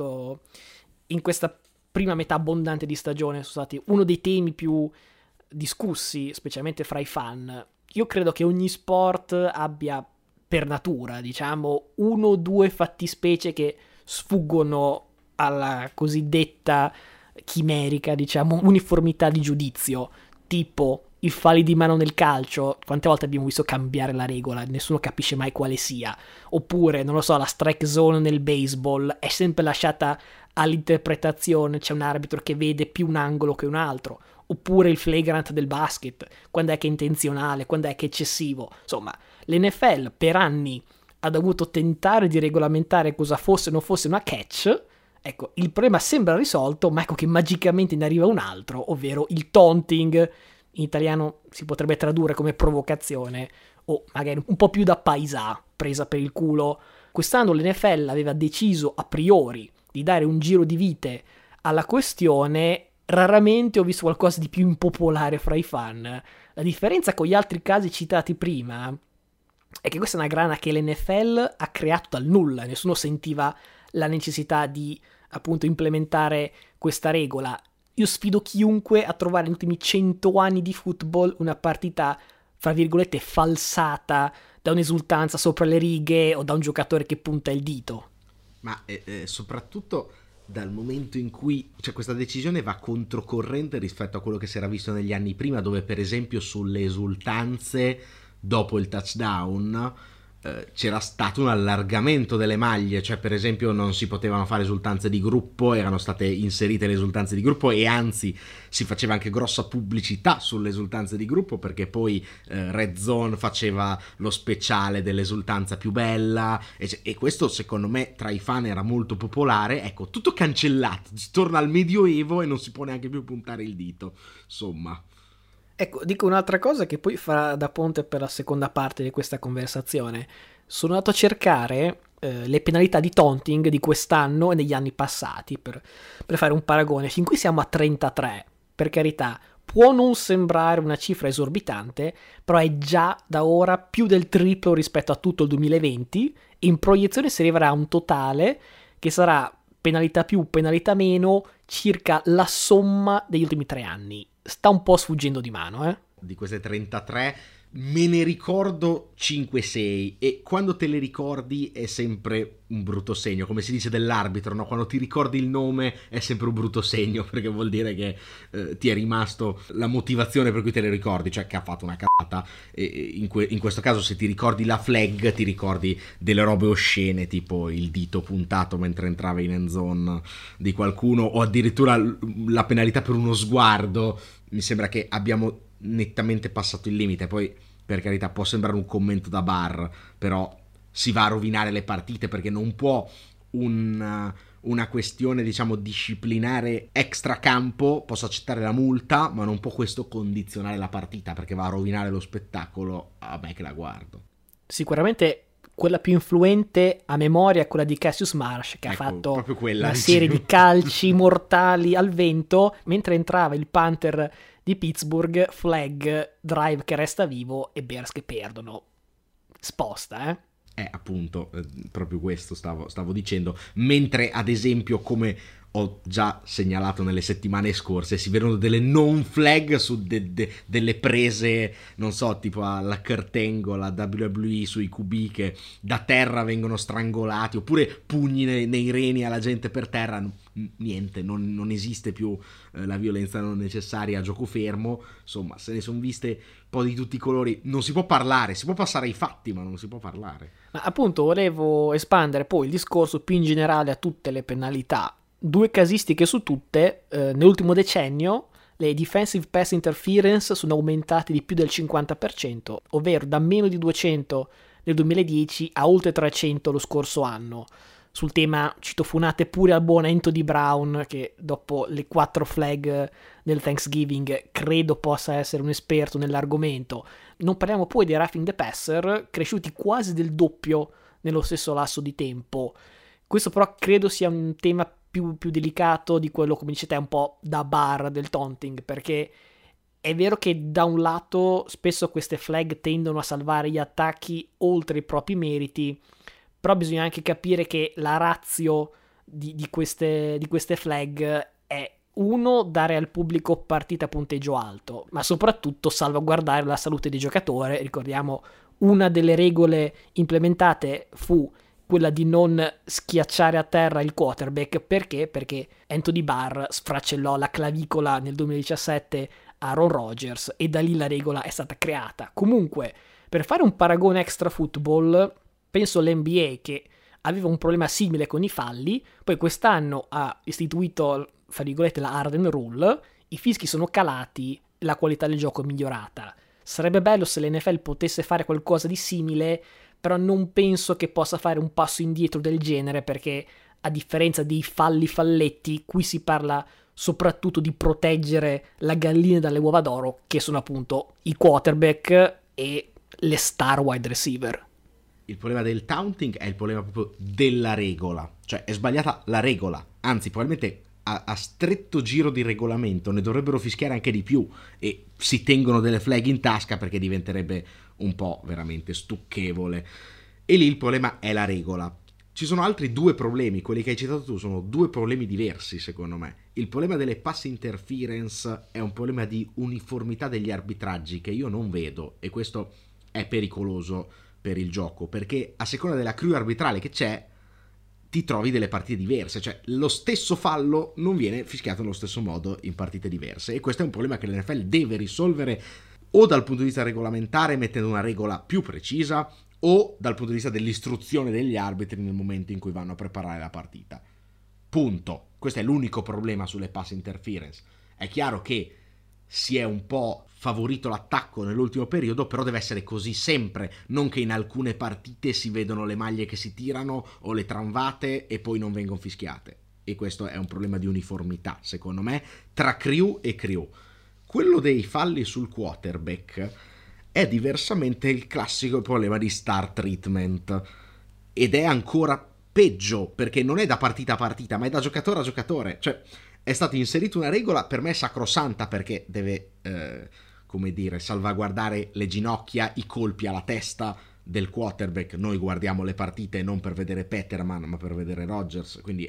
questa prima metà abbondante di stagione sono stati uno dei temi più discussi, specialmente fra i fan. Io credo che ogni sport abbia per natura, diciamo, uno o due fattispecie che sfuggono alla cosiddetta chimerica, diciamo, uniformità di giudizio, tipo i falli di mano nel calcio. Quante volte abbiamo visto cambiare la regola, nessuno capisce mai quale sia. Oppure, non lo so, la strike zone nel baseball è sempre lasciata all'interpretazione, c'è un arbitro che vede più un angolo che un altro. Oppure il flagrant del basket, quando è che è intenzionale, quando è che è eccessivo. Insomma, l'NFL per anni ha dovuto tentare di regolamentare cosa fosse o non fosse una catch. Ecco, il problema sembra risolto, ma ecco che magicamente ne arriva un altro, ovvero il taunting. In italiano si potrebbe tradurre come provocazione, o magari un po' più da paesà, presa per il culo. Quest'anno l'NFL aveva deciso a priori di dare un giro di vite alla questione. Raramente ho visto qualcosa di più impopolare fra i fan. La differenza con gli altri casi citati prima è che questa è una grana che l'NFL ha creato dal nulla. Nessuno sentiva la necessità di appunto implementare questa regola. Io sfido chiunque a trovare negli ultimi 100 anni di football una partita, fra virgolette, falsata da un'esultanza sopra le righe o da un giocatore che punta il dito. Ma soprattutto dal momento in cui questa decisione va controcorrente rispetto a quello che si era visto negli anni prima, dove per esempio sulle esultanze dopo il touchdown c'era stato un allargamento delle maglie, cioè per esempio non si potevano fare esultanze di gruppo, erano state inserite le esultanze di gruppo e anzi si faceva anche grossa pubblicità sulle esultanze di gruppo perché poi Red Zone faceva lo speciale dell'esultanza più bella e questo secondo me tra i fan era molto popolare. Ecco, tutto cancellato, si torna al medioevo e non si può neanche più puntare il dito, insomma. Ecco, dico un'altra cosa che poi farà da ponte per la seconda parte di questa conversazione. Sono andato a cercare le penalità di taunting di quest'anno e negli anni passati per fare un paragone. Fin qui siamo a 33, per carità. Può non sembrare una cifra esorbitante, però è già da ora più del triplo rispetto a tutto il 2020. In proiezione si arriverà a un totale che sarà penalità più, penalità meno, circa la somma degli ultimi 3 anni. Sta un po' sfuggendo di mano, eh? Di queste 33 me ne ricordo 5-6 e quando te le ricordi è sempre un brutto segno, come si dice dell'arbitro, no? Quando ti ricordi il nome è sempre un brutto segno, perché vuol dire che ti è rimasto la motivazione per cui te le ricordi, cioè che ha fatto una cagata. E in questo caso, se ti ricordi la flag, ti ricordi delle robe oscene, tipo il dito puntato mentre entrava in end zone di qualcuno, o addirittura la penalità per uno sguardo. Mi sembra che abbiamo nettamente passato il limite. Poi, per carità, può sembrare un commento da bar, però si va a rovinare le partite, perché non può una questione, diciamo, disciplinare extracampo, posso accettare la multa, ma non può questo condizionare la partita, perché va a rovinare lo spettacolo a me che la guardo. Sicuramente quella più influente a memoria è quella di Cassius Marsh, che ha fatto una serie di calci mortali al vento mentre entrava il punter di Pittsburgh, flag, drive che resta vivo e Bears che perdono. Sposta, Appunto, proprio questo stavo dicendo. Mentre, ad esempio, come ho già segnalato nelle settimane scorse, si vedono delle non flag su delle prese, non so, tipo alla Kurt Angle, alla WWE, sui QB che da terra vengono strangolati, oppure pugni nei reni alla gente per terra. Niente, non esiste più la violenza non necessaria a gioco fermo. Insomma, se ne sono viste un po' di tutti i colori. Non si può parlare, si può passare ai fatti, ma non si può parlare. Ma appunto volevo espandere poi il discorso più in generale a tutte le penalità. 2 casistiche su tutte. Nell'ultimo decennio le defensive pass interference sono aumentate di più del 50%, ovvero da meno di 200 nel 2010 a oltre 300 lo scorso anno. Sul tema citofonate pure al buon Anthony Brown, che dopo le 4 flag del Thanksgiving credo possa essere un esperto nell'argomento. Non parliamo poi dei roughing the passer, cresciuti quasi del doppio nello stesso lasso di tempo. Questo però credo sia un tema più delicato di quello, come dice te, un po' da bar del taunting, perché è vero che da un lato spesso queste flag tendono a salvare gli attacchi oltre i propri meriti, però bisogna anche capire che la ratio di queste flag è, uno, dare al pubblico partite a punteggio alto, ma soprattutto salvaguardare la salute dei giocatori. Ricordiamo, una delle regole implementate fu quella di non schiacciare a terra il quarterback. Perché Anthony Barr sfracellò la clavicola nel 2017 a Aaron Rodgers e da lì la regola è stata creata. Comunque, per fare un paragone extra football, penso all'NBA, che aveva un problema simile con i falli, poi quest'anno ha istituito, fra virgolette, la Harden Rule, i fischi sono calati, la qualità del gioco è migliorata. Sarebbe bello se l'NFL potesse fare qualcosa di simile, però non penso che possa fare un passo indietro del genere, perché a differenza dei falletti, qui si parla soprattutto di proteggere la gallina dalle uova d'oro, che sono appunto i quarterback e le star wide receiver. Il problema del taunting è il problema proprio della regola, cioè è sbagliata la regola, anzi probabilmente a stretto giro di regolamento ne dovrebbero fischiare anche di più e si tengono delle flag in tasca, perché diventerebbe un po' veramente stucchevole. E lì il problema è la regola. Ci sono altri 2 problemi, quelli che hai citato tu sono 2 problemi diversi secondo me. Il problema delle pass interference è un problema di uniformità degli arbitraggi che io non vedo, e questo è pericoloso per il gioco, perché a seconda della crew arbitrale che c'è ti trovi delle partite diverse, cioè lo stesso fallo non viene fischiato nello stesso modo in partite diverse, e questo è un problema che l'NFL deve risolvere o dal punto di vista regolamentare, mettendo una regola più precisa, o dal punto di vista dell'istruzione degli arbitri nel momento in cui vanno a preparare la partita. Punto. Questo è l'unico problema sulle pass interference. È chiaro che si è un po' favorito l'attacco nell'ultimo periodo, però deve essere così sempre, non che in alcune partite si vedono le maglie che si tirano o le tramvate e poi non vengono fischiate. E questo è un problema di uniformità, secondo me, tra crew e crew. quello dei falli sul quarterback è diversamente il classico problema di star treatment, ed è ancora peggio perché non è da partita a partita, ma è da giocatore a giocatore. Cioè, è stata inserita una regola per me sacrosanta, perché deve, come dire, salvaguardare le ginocchia, i colpi alla testa del quarterback. Noi guardiamo le partite non per vedere Peterman, ma per vedere Rodgers, quindi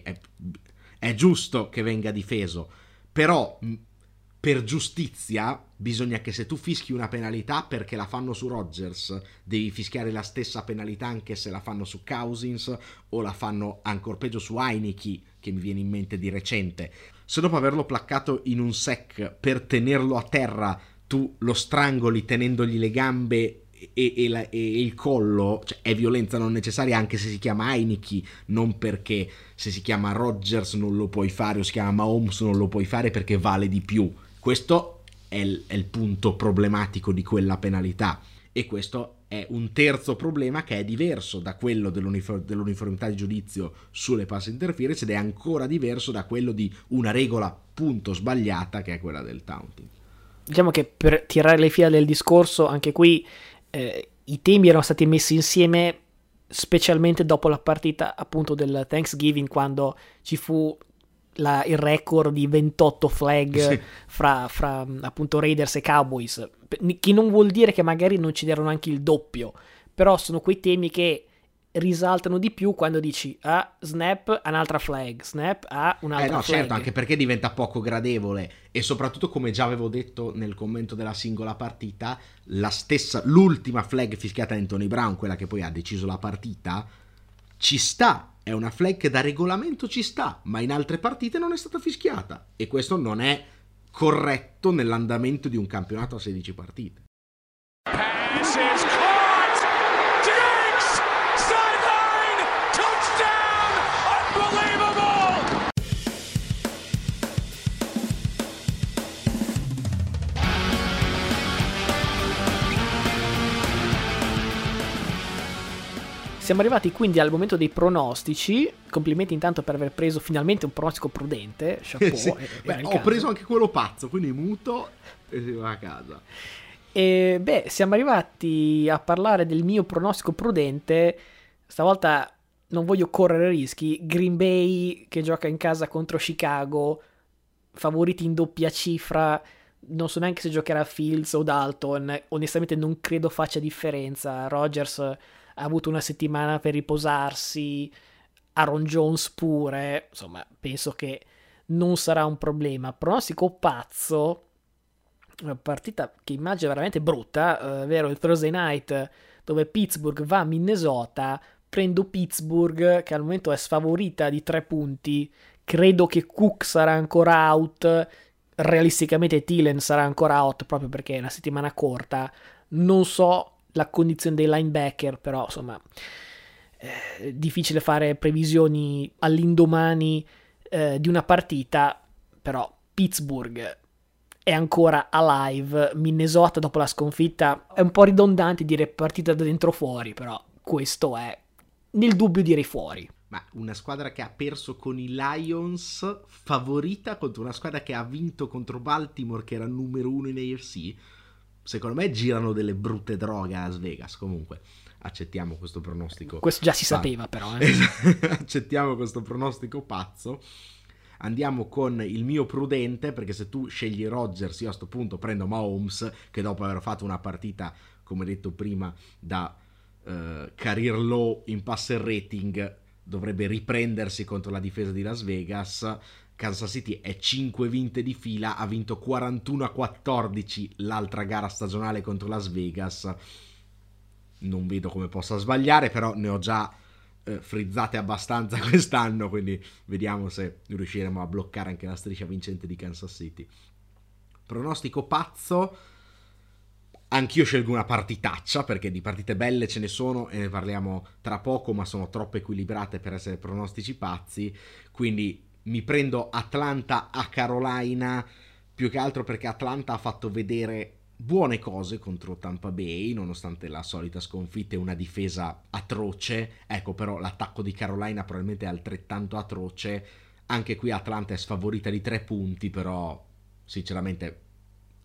è giusto che venga difeso. Però per giustizia bisogna che se tu fischi una penalità perché la fanno su Rodgers, devi fischiare la stessa penalità anche se la fanno su Cousins o la fanno ancor peggio su Heineke, che mi viene in mente di recente. Se dopo averlo placcato in un sack per tenerlo a terra tu lo strangoli tenendogli le gambe e il collo, cioè è violenza non necessaria anche se si chiama Heineke, non perché se si chiama Rodgers non lo puoi fare o si chiama Mahomes non lo puoi fare perché vale di più. Questo è il punto problematico di quella penalità, e questo è un terzo problema che è diverso da quello dell'uniformità di giudizio sulle pass interference, ed è ancora diverso da quello di una regola punto sbagliata che è quella del taunting. Diciamo che per tirare le fila del discorso, anche qui i temi erano stati messi insieme specialmente dopo la partita appunto del Thanksgiving, quando ci fu il record di 28 flag Sì. fra appunto Raiders e Cowboys, che non vuol dire che magari non ci derono anche il doppio, però sono quei temi che risaltano di più quando dici snap, un'altra flag, snap, un'altra No, flag. certo, anche perché diventa poco gradevole, e soprattutto, come già avevo detto nel commento della singola partita, l'ultima flag fischiata da Anthony Brown, quella che poi ha deciso la partita, ci sta, è una flag che da regolamento ci sta, ma in altre partite non è stata fischiata, e questo non è corretto nell'andamento di un campionato a 16 partite. Pass is caught. Diggs, sideline, touchdown, unbelievable. Siamo arrivati quindi al momento dei pronostici. Complimenti intanto per aver preso finalmente un pronostico prudente. Chapeau. Sì. Era il Ho caso. preso anche quello pazzo, quindi muto e si va a casa. E siamo arrivati a parlare del mio pronostico prudente. Stavolta non voglio correre rischi. Green Bay che gioca in casa contro Chicago, favoriti in doppia cifra. Non so neanche se giocherà Fields o Dalton. Onestamente non credo faccia differenza. Rodgers ha avuto una settimana per riposarsi, Aaron Jones pure, insomma penso che non sarà un problema. Pronostico pazzo, una partita che immagino veramente brutta, vero, il Thursday Night dove Pittsburgh va a Minnesota. Prendo Pittsburgh che al momento è sfavorita di 3 punti, credo che Cook sarà ancora out, realisticamente Thielen sarà ancora out proprio perché è una settimana corta, non so la condizione dei linebacker, però insomma è difficile fare previsioni all'indomani di una partita, però Pittsburgh è ancora alive, Minnesota dopo la sconfitta è un po' ridondante dire partita da dentro fuori, però questo è nel dubbio direi fuori. Ma una squadra che ha perso con i Lions, favorita contro una squadra che ha vinto contro Baltimore, che era numero 1 in AFC, secondo me girano delle brutte droghe a Las Vegas. Comunque accettiamo questo pronostico. Questo già si sapeva però. Accettiamo questo pronostico pazzo. Andiamo con il mio prudente, perché se tu scegli Rodgers io a sto punto prendo Mahomes, che dopo aver fatto una partita, come detto prima, da career low in passer rating, dovrebbe riprendersi contro la difesa di Las Vegas. Kansas City è 5 vinte di fila, ha vinto 41-14 l'altra gara stagionale contro Las Vegas. Non vedo come possa sbagliare, però ne ho già frizzate abbastanza quest'anno, quindi vediamo se riusciremo a bloccare anche la striscia vincente di Kansas City. Pronostico pazzo, anch'io scelgo una partitaccia, perché di partite belle ce ne sono e ne parliamo tra poco, ma sono troppo equilibrate per essere pronostici pazzi, quindi mi prendo Atlanta a Carolina, più che altro perché Atlanta ha fatto vedere buone cose contro Tampa Bay, nonostante la solita sconfitta e una difesa atroce. Ecco, però l'attacco di Carolina probabilmente è altrettanto atroce. Anche qui Atlanta è sfavorita di 3 punti, però sinceramente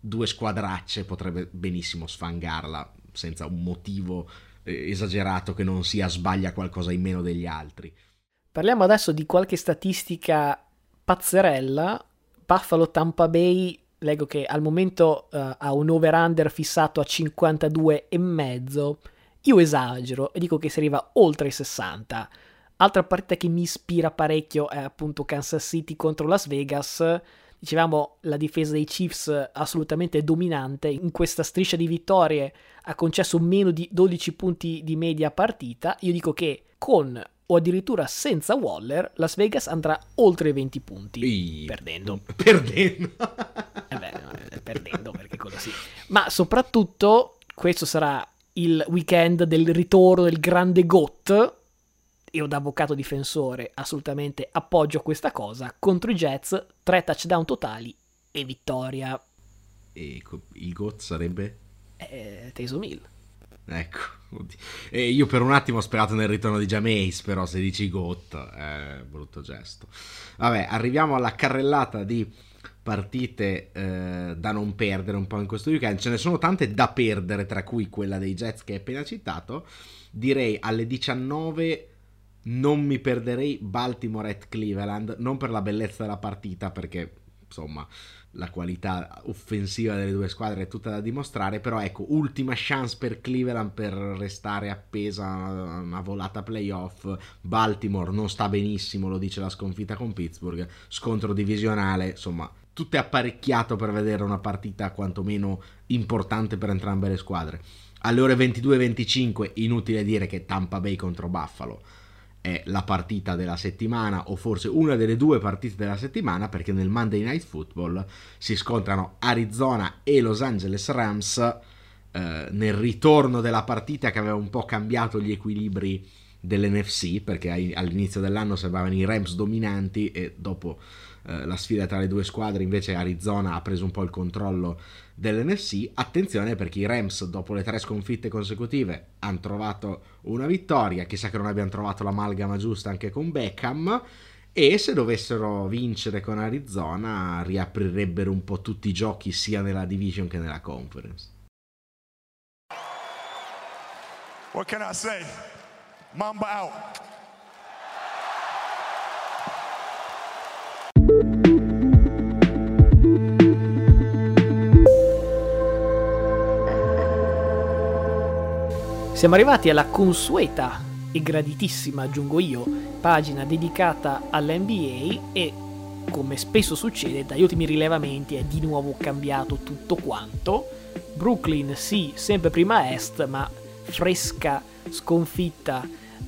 due squadracce potrebbe benissimo sfangarla senza un motivo esagerato che non sia sbaglia qualcosa in meno degli altri. Parliamo adesso di qualche statistica pazzerella. Buffalo Tampa Bay, leggo che al momento ha un over-under fissato a 52,5. Io esagero e dico che si arriva oltre i 60. Altra partita che mi ispira parecchio è appunto Kansas City contro Las Vegas. Dicevamo, la difesa dei Chiefs assolutamente dominante. In questa striscia di vittorie ha concesso meno di 12 punti di media a partita. Io dico che con o addirittura senza Waller Las Vegas andrà oltre i 20 punti. Perdendo perché quello sì. Ma soprattutto questo sarà il weekend del ritorno del grande GOAT. Io da avvocato difensore assolutamente appoggio questa cosa. Contro i Jets 3 touchdown totali e vittoria. E il GOAT sarebbe? Taysom Hill. Ecco, io per un attimo ho sperato nel ritorno di Jameis, però se dici GOAT è brutto gesto. Vabbè, arriviamo alla carrellata di partite da non perdere un po' in questo weekend. Ce ne sono tante da perdere, tra cui quella dei Jets che hai appena citato. Direi alle 19 non mi perderei Baltimore at Cleveland, non per la bellezza della partita, perché insomma la qualità offensiva delle due squadre è tutta da dimostrare, però ecco, ultima chance per Cleveland per restare appesa a una volata playoff. Baltimore non sta benissimo, lo dice la sconfitta con Pittsburgh, scontro divisionale, insomma tutto è apparecchiato per vedere una partita quantomeno importante per entrambe le squadre. Alle ore 22:25 inutile dire che Tampa Bay contro Buffalo è la partita della settimana, o forse una delle due partite della settimana, perché nel Monday Night Football si scontrano Arizona e Los Angeles Rams nel ritorno della partita che aveva un po' cambiato gli equilibri dell'NFC, perché all'inizio dell'anno sembravano i Rams dominanti e dopo la sfida tra le due squadre invece Arizona ha preso un po' il controllo dell'NFC. Attenzione, perché i Rams dopo le 3 sconfitte consecutive hanno trovato una vittoria, chissà che non abbiano trovato l'amalgama giusta anche con Beckham, e se dovessero vincere con Arizona riaprirebbero un po' tutti i giochi sia nella division che nella conference. What can I say? Mamba out. Siamo arrivati alla consueta e graditissima, aggiungo io, pagina dedicata all'NBA e, come spesso succede, dagli ultimi rilevamenti è di nuovo cambiato tutto quanto. Brooklyn sì, sempre prima est, ma fresca sconfitta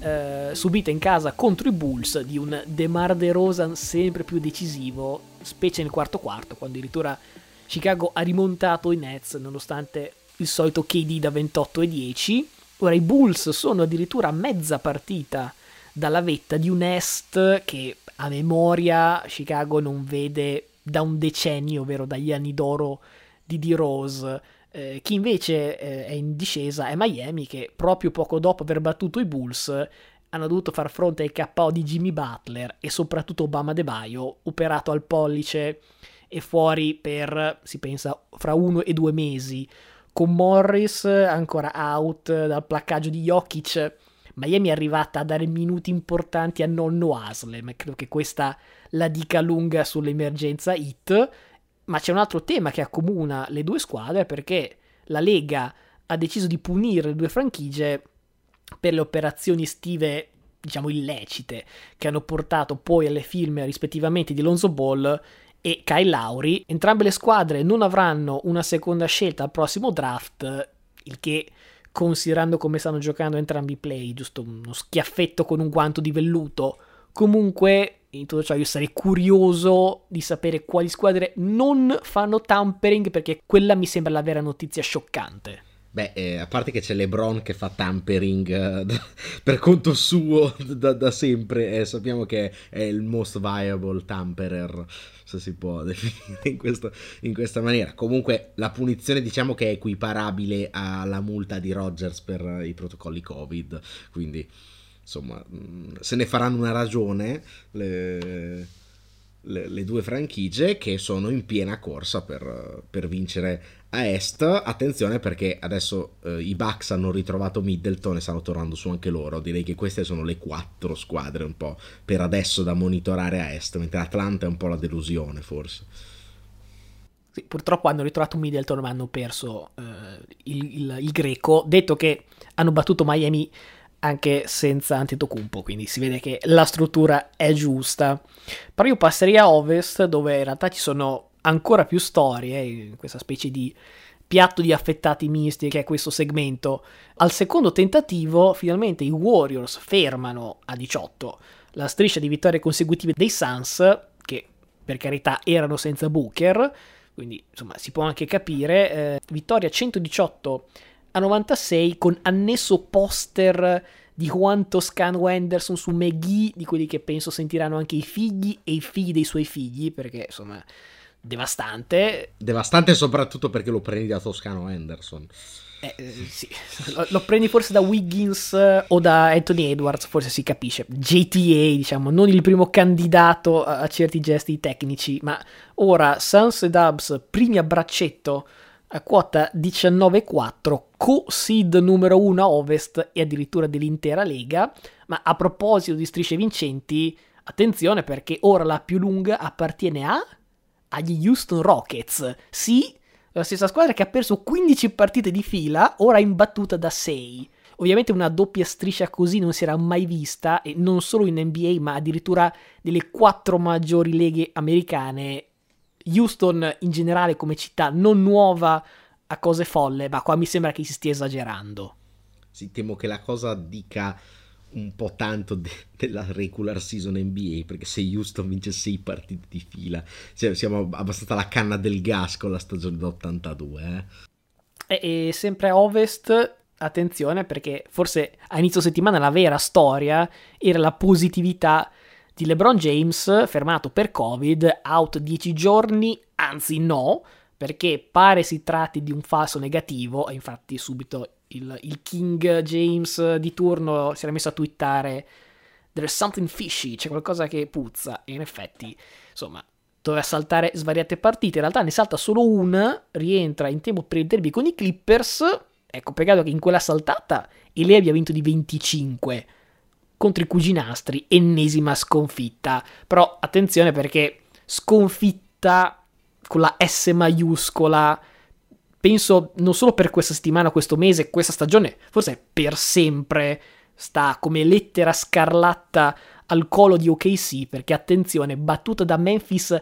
subita in casa contro i Bulls di un DeMar DeRozan sempre più decisivo, specie nel quarto quarto, quando addirittura Chicago ha rimontato i Nets nonostante il solito KD da 28-10. Ora i Bulls sono addirittura a mezza partita dalla vetta di un Est che a memoria Chicago non vede da un decennio, ovvero dagli anni d'oro di D-Rose. Chi invece è in discesa è Miami, che proprio poco dopo aver battuto i Bulls hanno dovuto far fronte ai KO di Jimmy Butler e soprattutto Bam Adebayo, operato al pollice e fuori per, si pensa, fra 1 e 2 mesi. Con Morris ancora out dal placcaggio di Jokic, Miami è arrivata a dare minuti importanti a nonno Haslem. Credo che questa la dica lunga sull'emergenza Heat. Ma c'è un altro tema che accomuna le due squadre, perché la Lega ha deciso di punire le due franchigie per le operazioni estive, diciamo illecite, che hanno portato poi alle firme rispettivamente di Lonzo Ball e Kyle Lowry. Entrambe le squadre non avranno una seconda scelta al prossimo draft, il che, considerando come stanno giocando entrambi i play, giusto uno schiaffetto con un guanto di velluto. Comunque, in tutto ciò io sarei curioso di sapere quali squadre non fanno tampering, perché quella mi sembra la vera notizia scioccante. Beh, a parte che c'è LeBron che fa tampering per conto suo da sempre, sappiamo che è il most viable tamperer, se si può definire in questa maniera. Comunque la punizione diciamo che è equiparabile alla multa di Rodgers per i protocolli Covid, quindi insomma se ne faranno una ragione le due franchigie che sono in piena corsa per vincere a Est. Attenzione perché adesso i Bucks hanno ritrovato Middleton e stanno tornando su anche loro. Direi che queste sono le 4 squadre un po' per adesso da monitorare a Est, mentre Atlanta è un po' la delusione forse. Sì, purtroppo hanno ritrovato Middleton ma hanno perso il greco, detto che hanno battuto Miami anche senza Antetokounmpo, quindi si vede che la struttura è giusta. Però io passerei a Ovest, dove in realtà ci sono ancora più storie, in questa specie di piatto di affettati misti che è questo segmento. Al secondo tentativo finalmente i Warriors fermano a 18 la striscia di vittorie consecutive dei Suns, che per carità erano senza Booker, quindi insomma si può anche capire. Vittoria 118-96 con annesso poster di Juan Toscano Anderson su McGee, di quelli che penso sentiranno anche i figli e i figli dei suoi figli, perché insomma devastante soprattutto perché lo prendi da Toscano Anderson. Sì. Lo prendi forse da Wiggins o da Anthony Edwards, forse si capisce. JTA, diciamo, non il primo candidato a certi gesti tecnici, ma ora Suns e Dubs primi a braccetto a quota 19-4, co-seed numero 1 a Ovest e addirittura dell'intera Lega. Ma a proposito di strisce vincenti, attenzione perché ora la più lunga appartiene agli Houston Rockets. Sì, la stessa squadra che ha perso 15 partite di fila, ora imbattuta da 6. Ovviamente una doppia striscia così non si era mai vista, e non solo in NBA, ma addirittura nelle 4 maggiori leghe americane. Houston in generale come città non nuova a cose folle, ma qua mi sembra che si stia esagerando. Sì, temo che la cosa dica un po' tanto della regular season NBA, perché se Houston vince 6 partite di fila, siamo abbastanza alla canna del gas con la stagione d'82. E sempre a Ovest, attenzione, perché forse a inizio settimana la vera storia era la positività di LeBron James, fermato per Covid, out 10 giorni, anzi no, perché pare si tratti di un falso negativo, e infatti subito il King James di turno si era messo a twittare "There's something fishy", c'è qualcosa che puzza, e in effetti, insomma, doveva saltare svariate partite, in realtà ne salta solo una, rientra in tempo per il derby con i Clippers. Ecco, peccato che in quella saltata e lei abbia vinto di 25 contro i cuginastri, ennesima sconfitta. Però attenzione perché sconfitta con la S maiuscola, penso non solo per questa settimana, questo mese, questa stagione, forse per sempre sta come lettera scarlatta al collo di OKC, perché attenzione, battuta da Memphis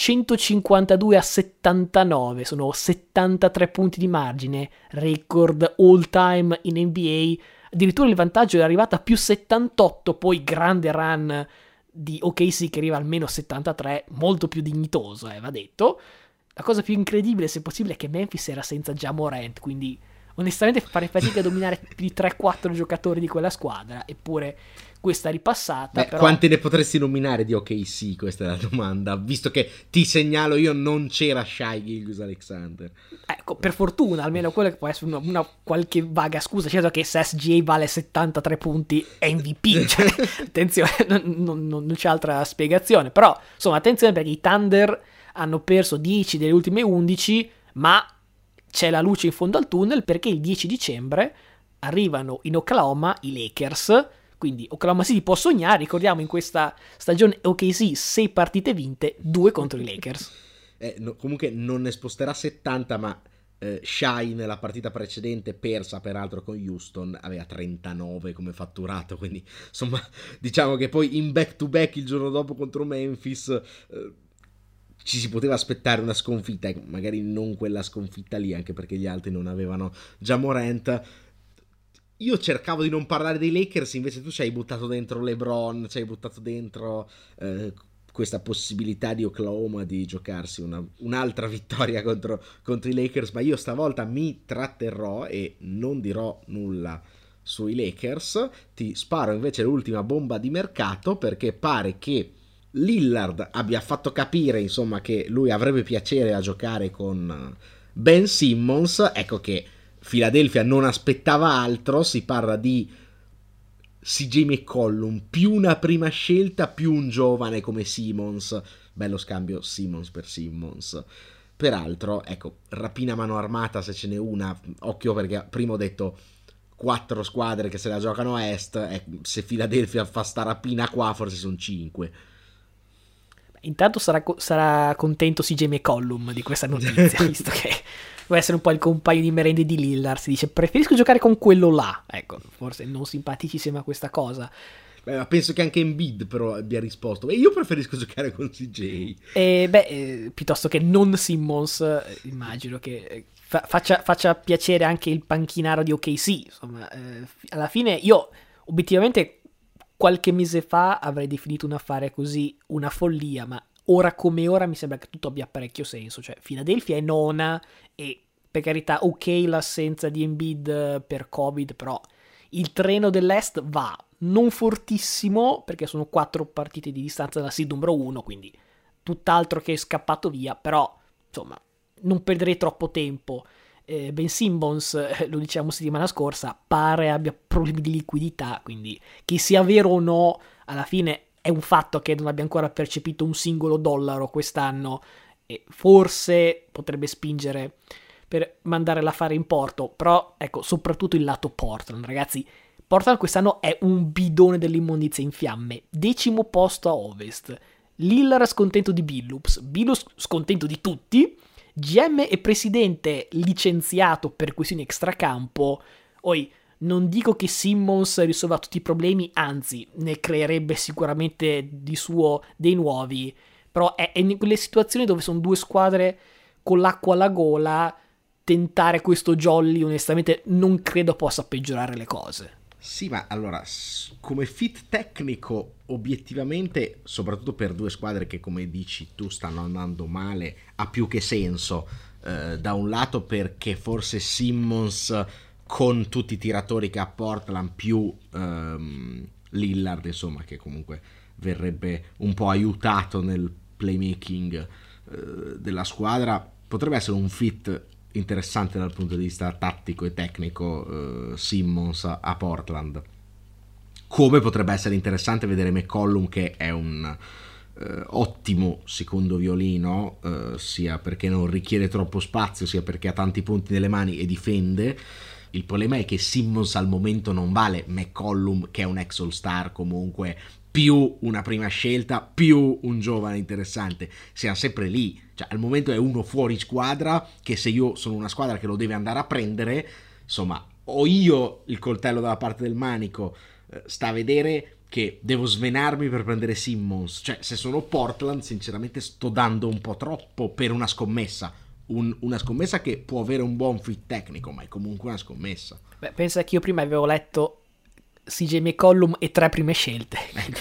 152-79, sono 73 punti di margine, record all time in NBA, addirittura il vantaggio è arrivato a più 78, poi grande run di OKC che arriva almeno 73, molto più dignitoso, va detto. La cosa più incredibile, se possibile, è che Memphis era senza Ja Morant, quindi onestamente fare fatica a dominare più di 3-4 giocatori di quella squadra, eppure questa ripassata. Però... Quanti ne potresti nominare di OKC? Questa è la domanda, visto che ti segnalo io non c'era Shai Gilgeous-Alexander. Ecco, per fortuna, almeno quello che può essere una qualche vaga scusa. Certo che se SGA vale 73 punti è MVP, cioè, attenzione, non c'è altra spiegazione. Però, insomma, attenzione perché i Thunder hanno perso 10 delle ultime 11, ma c'è la luce in fondo al tunnel perché il 10 dicembre arrivano in Oklahoma i Lakers, quindi Oklahoma City può sognare. Ricordiamo in questa stagione OKC 6 partite vinte, 2 contro i Lakers. Comunque non ne sposterà 70, ma Shai nella partita precedente, persa peraltro con Houston, aveva 39 come fatturato, quindi insomma diciamo che poi in back to back il giorno dopo contro Memphis ci si poteva aspettare una sconfitta, magari non quella sconfitta lì, anche perché gli altri non avevano Ja Morant. Io cercavo di non parlare dei Lakers, invece tu ci hai buttato dentro LeBron, ci hai buttato dentro questa possibilità di Oklahoma di giocarsi un'altra vittoria contro i Lakers, ma io stavolta mi tratterrò e non dirò nulla sui Lakers. Ti sparo invece l'ultima bomba di mercato, perché pare che Lillard abbia fatto capire insomma che lui avrebbe piacere a giocare con Ben Simmons. Ecco che Philadelphia non aspettava altro, si parla di CJ McCollum più una prima scelta più un giovane come Simmons. bello scambio Simmons per Simmons. Peraltro, ecco, rapina a mano armata se ce n'è una, occhio perché prima ho detto 4 squadre che se la giocano a est, se Philadelphia fa sta rapina qua forse sono 5. Intanto sarà contento CJ McCollum di questa notizia, visto che può essere un po' il compagno di merende di Lillard. Si dice preferisco giocare con quello là, ecco, forse non simpaticissima questa cosa. Beh, ma penso che anche Embiid però abbia risposto io preferisco giocare con CJ. Piuttosto che non Simmons, immagino che faccia piacere anche il panchinaro di OKC. Insomma, alla fine io obiettivamente qualche mese fa avrei definito un affare così una follia, ma ora come ora mi sembra che tutto abbia parecchio senso. Cioè Philadelphia è nona e per carità ok l'assenza di Embiid per Covid, però il treno dell'Est va non fortissimo perché sono 4 partite di distanza dalla seed numero 1, quindi tutt'altro che scappato via, però insomma non perderei troppo tempo. Ben Simmons, lo dicevamo settimana scorsa, pare abbia problemi di liquidità, quindi che sia vero o no, alla fine è un fatto che non abbia ancora percepito un singolo dollaro quest'anno e forse potrebbe spingere per mandare l'affare in porto, però ecco, soprattutto il lato Portland, ragazzi. Portland quest'anno è un bidone dell'immondizia in fiamme, 10° posto a Ovest, Lillard scontento di Billups scontento di tutti, GM e presidente licenziato per questioni extracampo. Non dico che Simmons risolva tutti i problemi, anzi ne creerebbe sicuramente di suo dei nuovi, però è in quelle situazioni dove sono 2 squadre con l'acqua alla gola, tentare questo jolly onestamente non credo possa peggiorare le cose. Sì, ma allora, come fit tecnico, obiettivamente, soprattutto per 2 squadre che, come dici tu, stanno andando male, ha più che senso. Da un lato perché forse Simmons, con tutti i tiratori che ha Portland, più Lillard, insomma, che comunque verrebbe un po' aiutato nel playmaking della squadra, potrebbe essere un fit interessante dal punto di vista tattico e tecnico Simmons a Portland, come potrebbe essere interessante vedere McCollum, che è un ottimo secondo violino, sia perché non richiede troppo spazio, sia perché ha tanti punti nelle mani e difende. Il problema è che Simmons al momento non vale McCollum, che è un ex all-star comunque, più una prima scelta, più un giovane interessante. Siamo sempre lì, cioè al momento è uno fuori squadra che, se io sono una squadra che lo deve andare a prendere, insomma, ho io il coltello dalla parte del manico, sta a vedere che devo svenarmi per prendere Simmons. Cioè, se sono Portland, sinceramente sto dando un po' troppo per una scommessa. Una scommessa che può avere un buon fit tecnico, ma è comunque una scommessa. Beh, pensa che io prima avevo letto CJ McCollum e 3 prime scelte.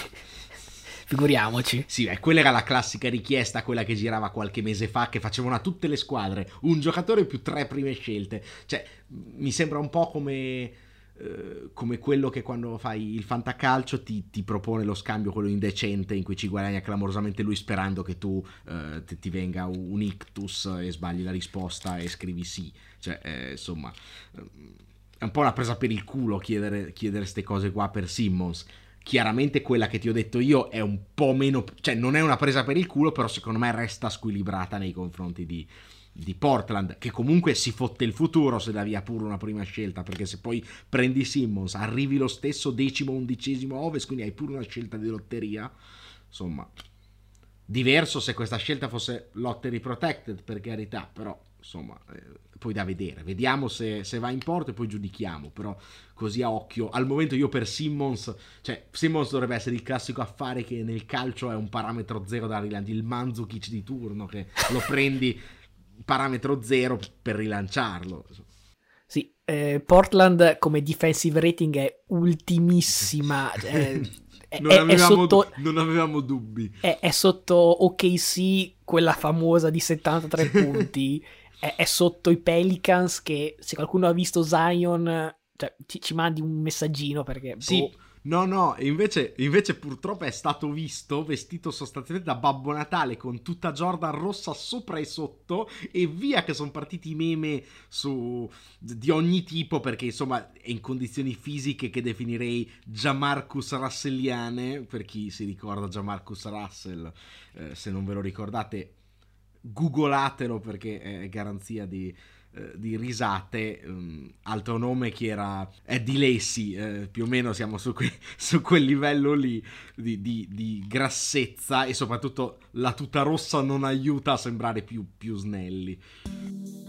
Figuriamoci. Sì, quella era la classica richiesta, quella che girava qualche mese fa, che facevano a tutte le squadre, un giocatore più 3 prime scelte. Cioè, mi sembra un po' come quello che quando fai il fantacalcio ti propone lo scambio, quello indecente, in cui ci guadagna clamorosamente lui, sperando che tu ti venga un ictus e sbagli la risposta e scrivi sì. Cioè, insomma, è un po' una presa per il culo chiedere ste cose qua per Simmons. Chiaramente quella che ti ho detto io è un po' meno, cioè non è una presa per il culo, però secondo me resta squilibrata nei confronti di Portland, che comunque si fotte il futuro se dà via pure una prima scelta, perché se poi prendi Simmons arrivi lo stesso 10º, 11º Ovest, quindi hai pure una scelta di lotteria. Insomma, diverso se questa scelta fosse lottery protected, per carità, però insomma poi da vedere, vediamo se va in porto e poi giudichiamo. Però così a occhio, al momento io per Simmons, cioè Simmons dovrebbe essere il classico affare che nel calcio è un parametro zero da rilanciare, il Mandzukic di turno che lo prendi parametro zero per rilanciarlo. Sì, Portland come defensive rating è ultimissima. Non avevamo dubbi. È sotto OKC, quella famosa di 73 punti. È sotto i Pelicans, che se qualcuno ha visto Zion, cioè, ci mandi un messaggino, perché sì, No, invece purtroppo è stato visto vestito sostanzialmente da Babbo Natale con tutta Jordan rossa sopra e sotto, e via che sono partiti i meme di ogni tipo, perché insomma è in condizioni fisiche che definirei Jamarcus russelliane, per chi si ricorda Jamarcus Russell. Se non ve lo ricordate, googlatelo perché è garanzia di risate. Altro nome che era Eddie Lacy, più o meno siamo su quel livello lì di grassezza, e soprattutto la tuta rossa non aiuta a sembrare più snelli.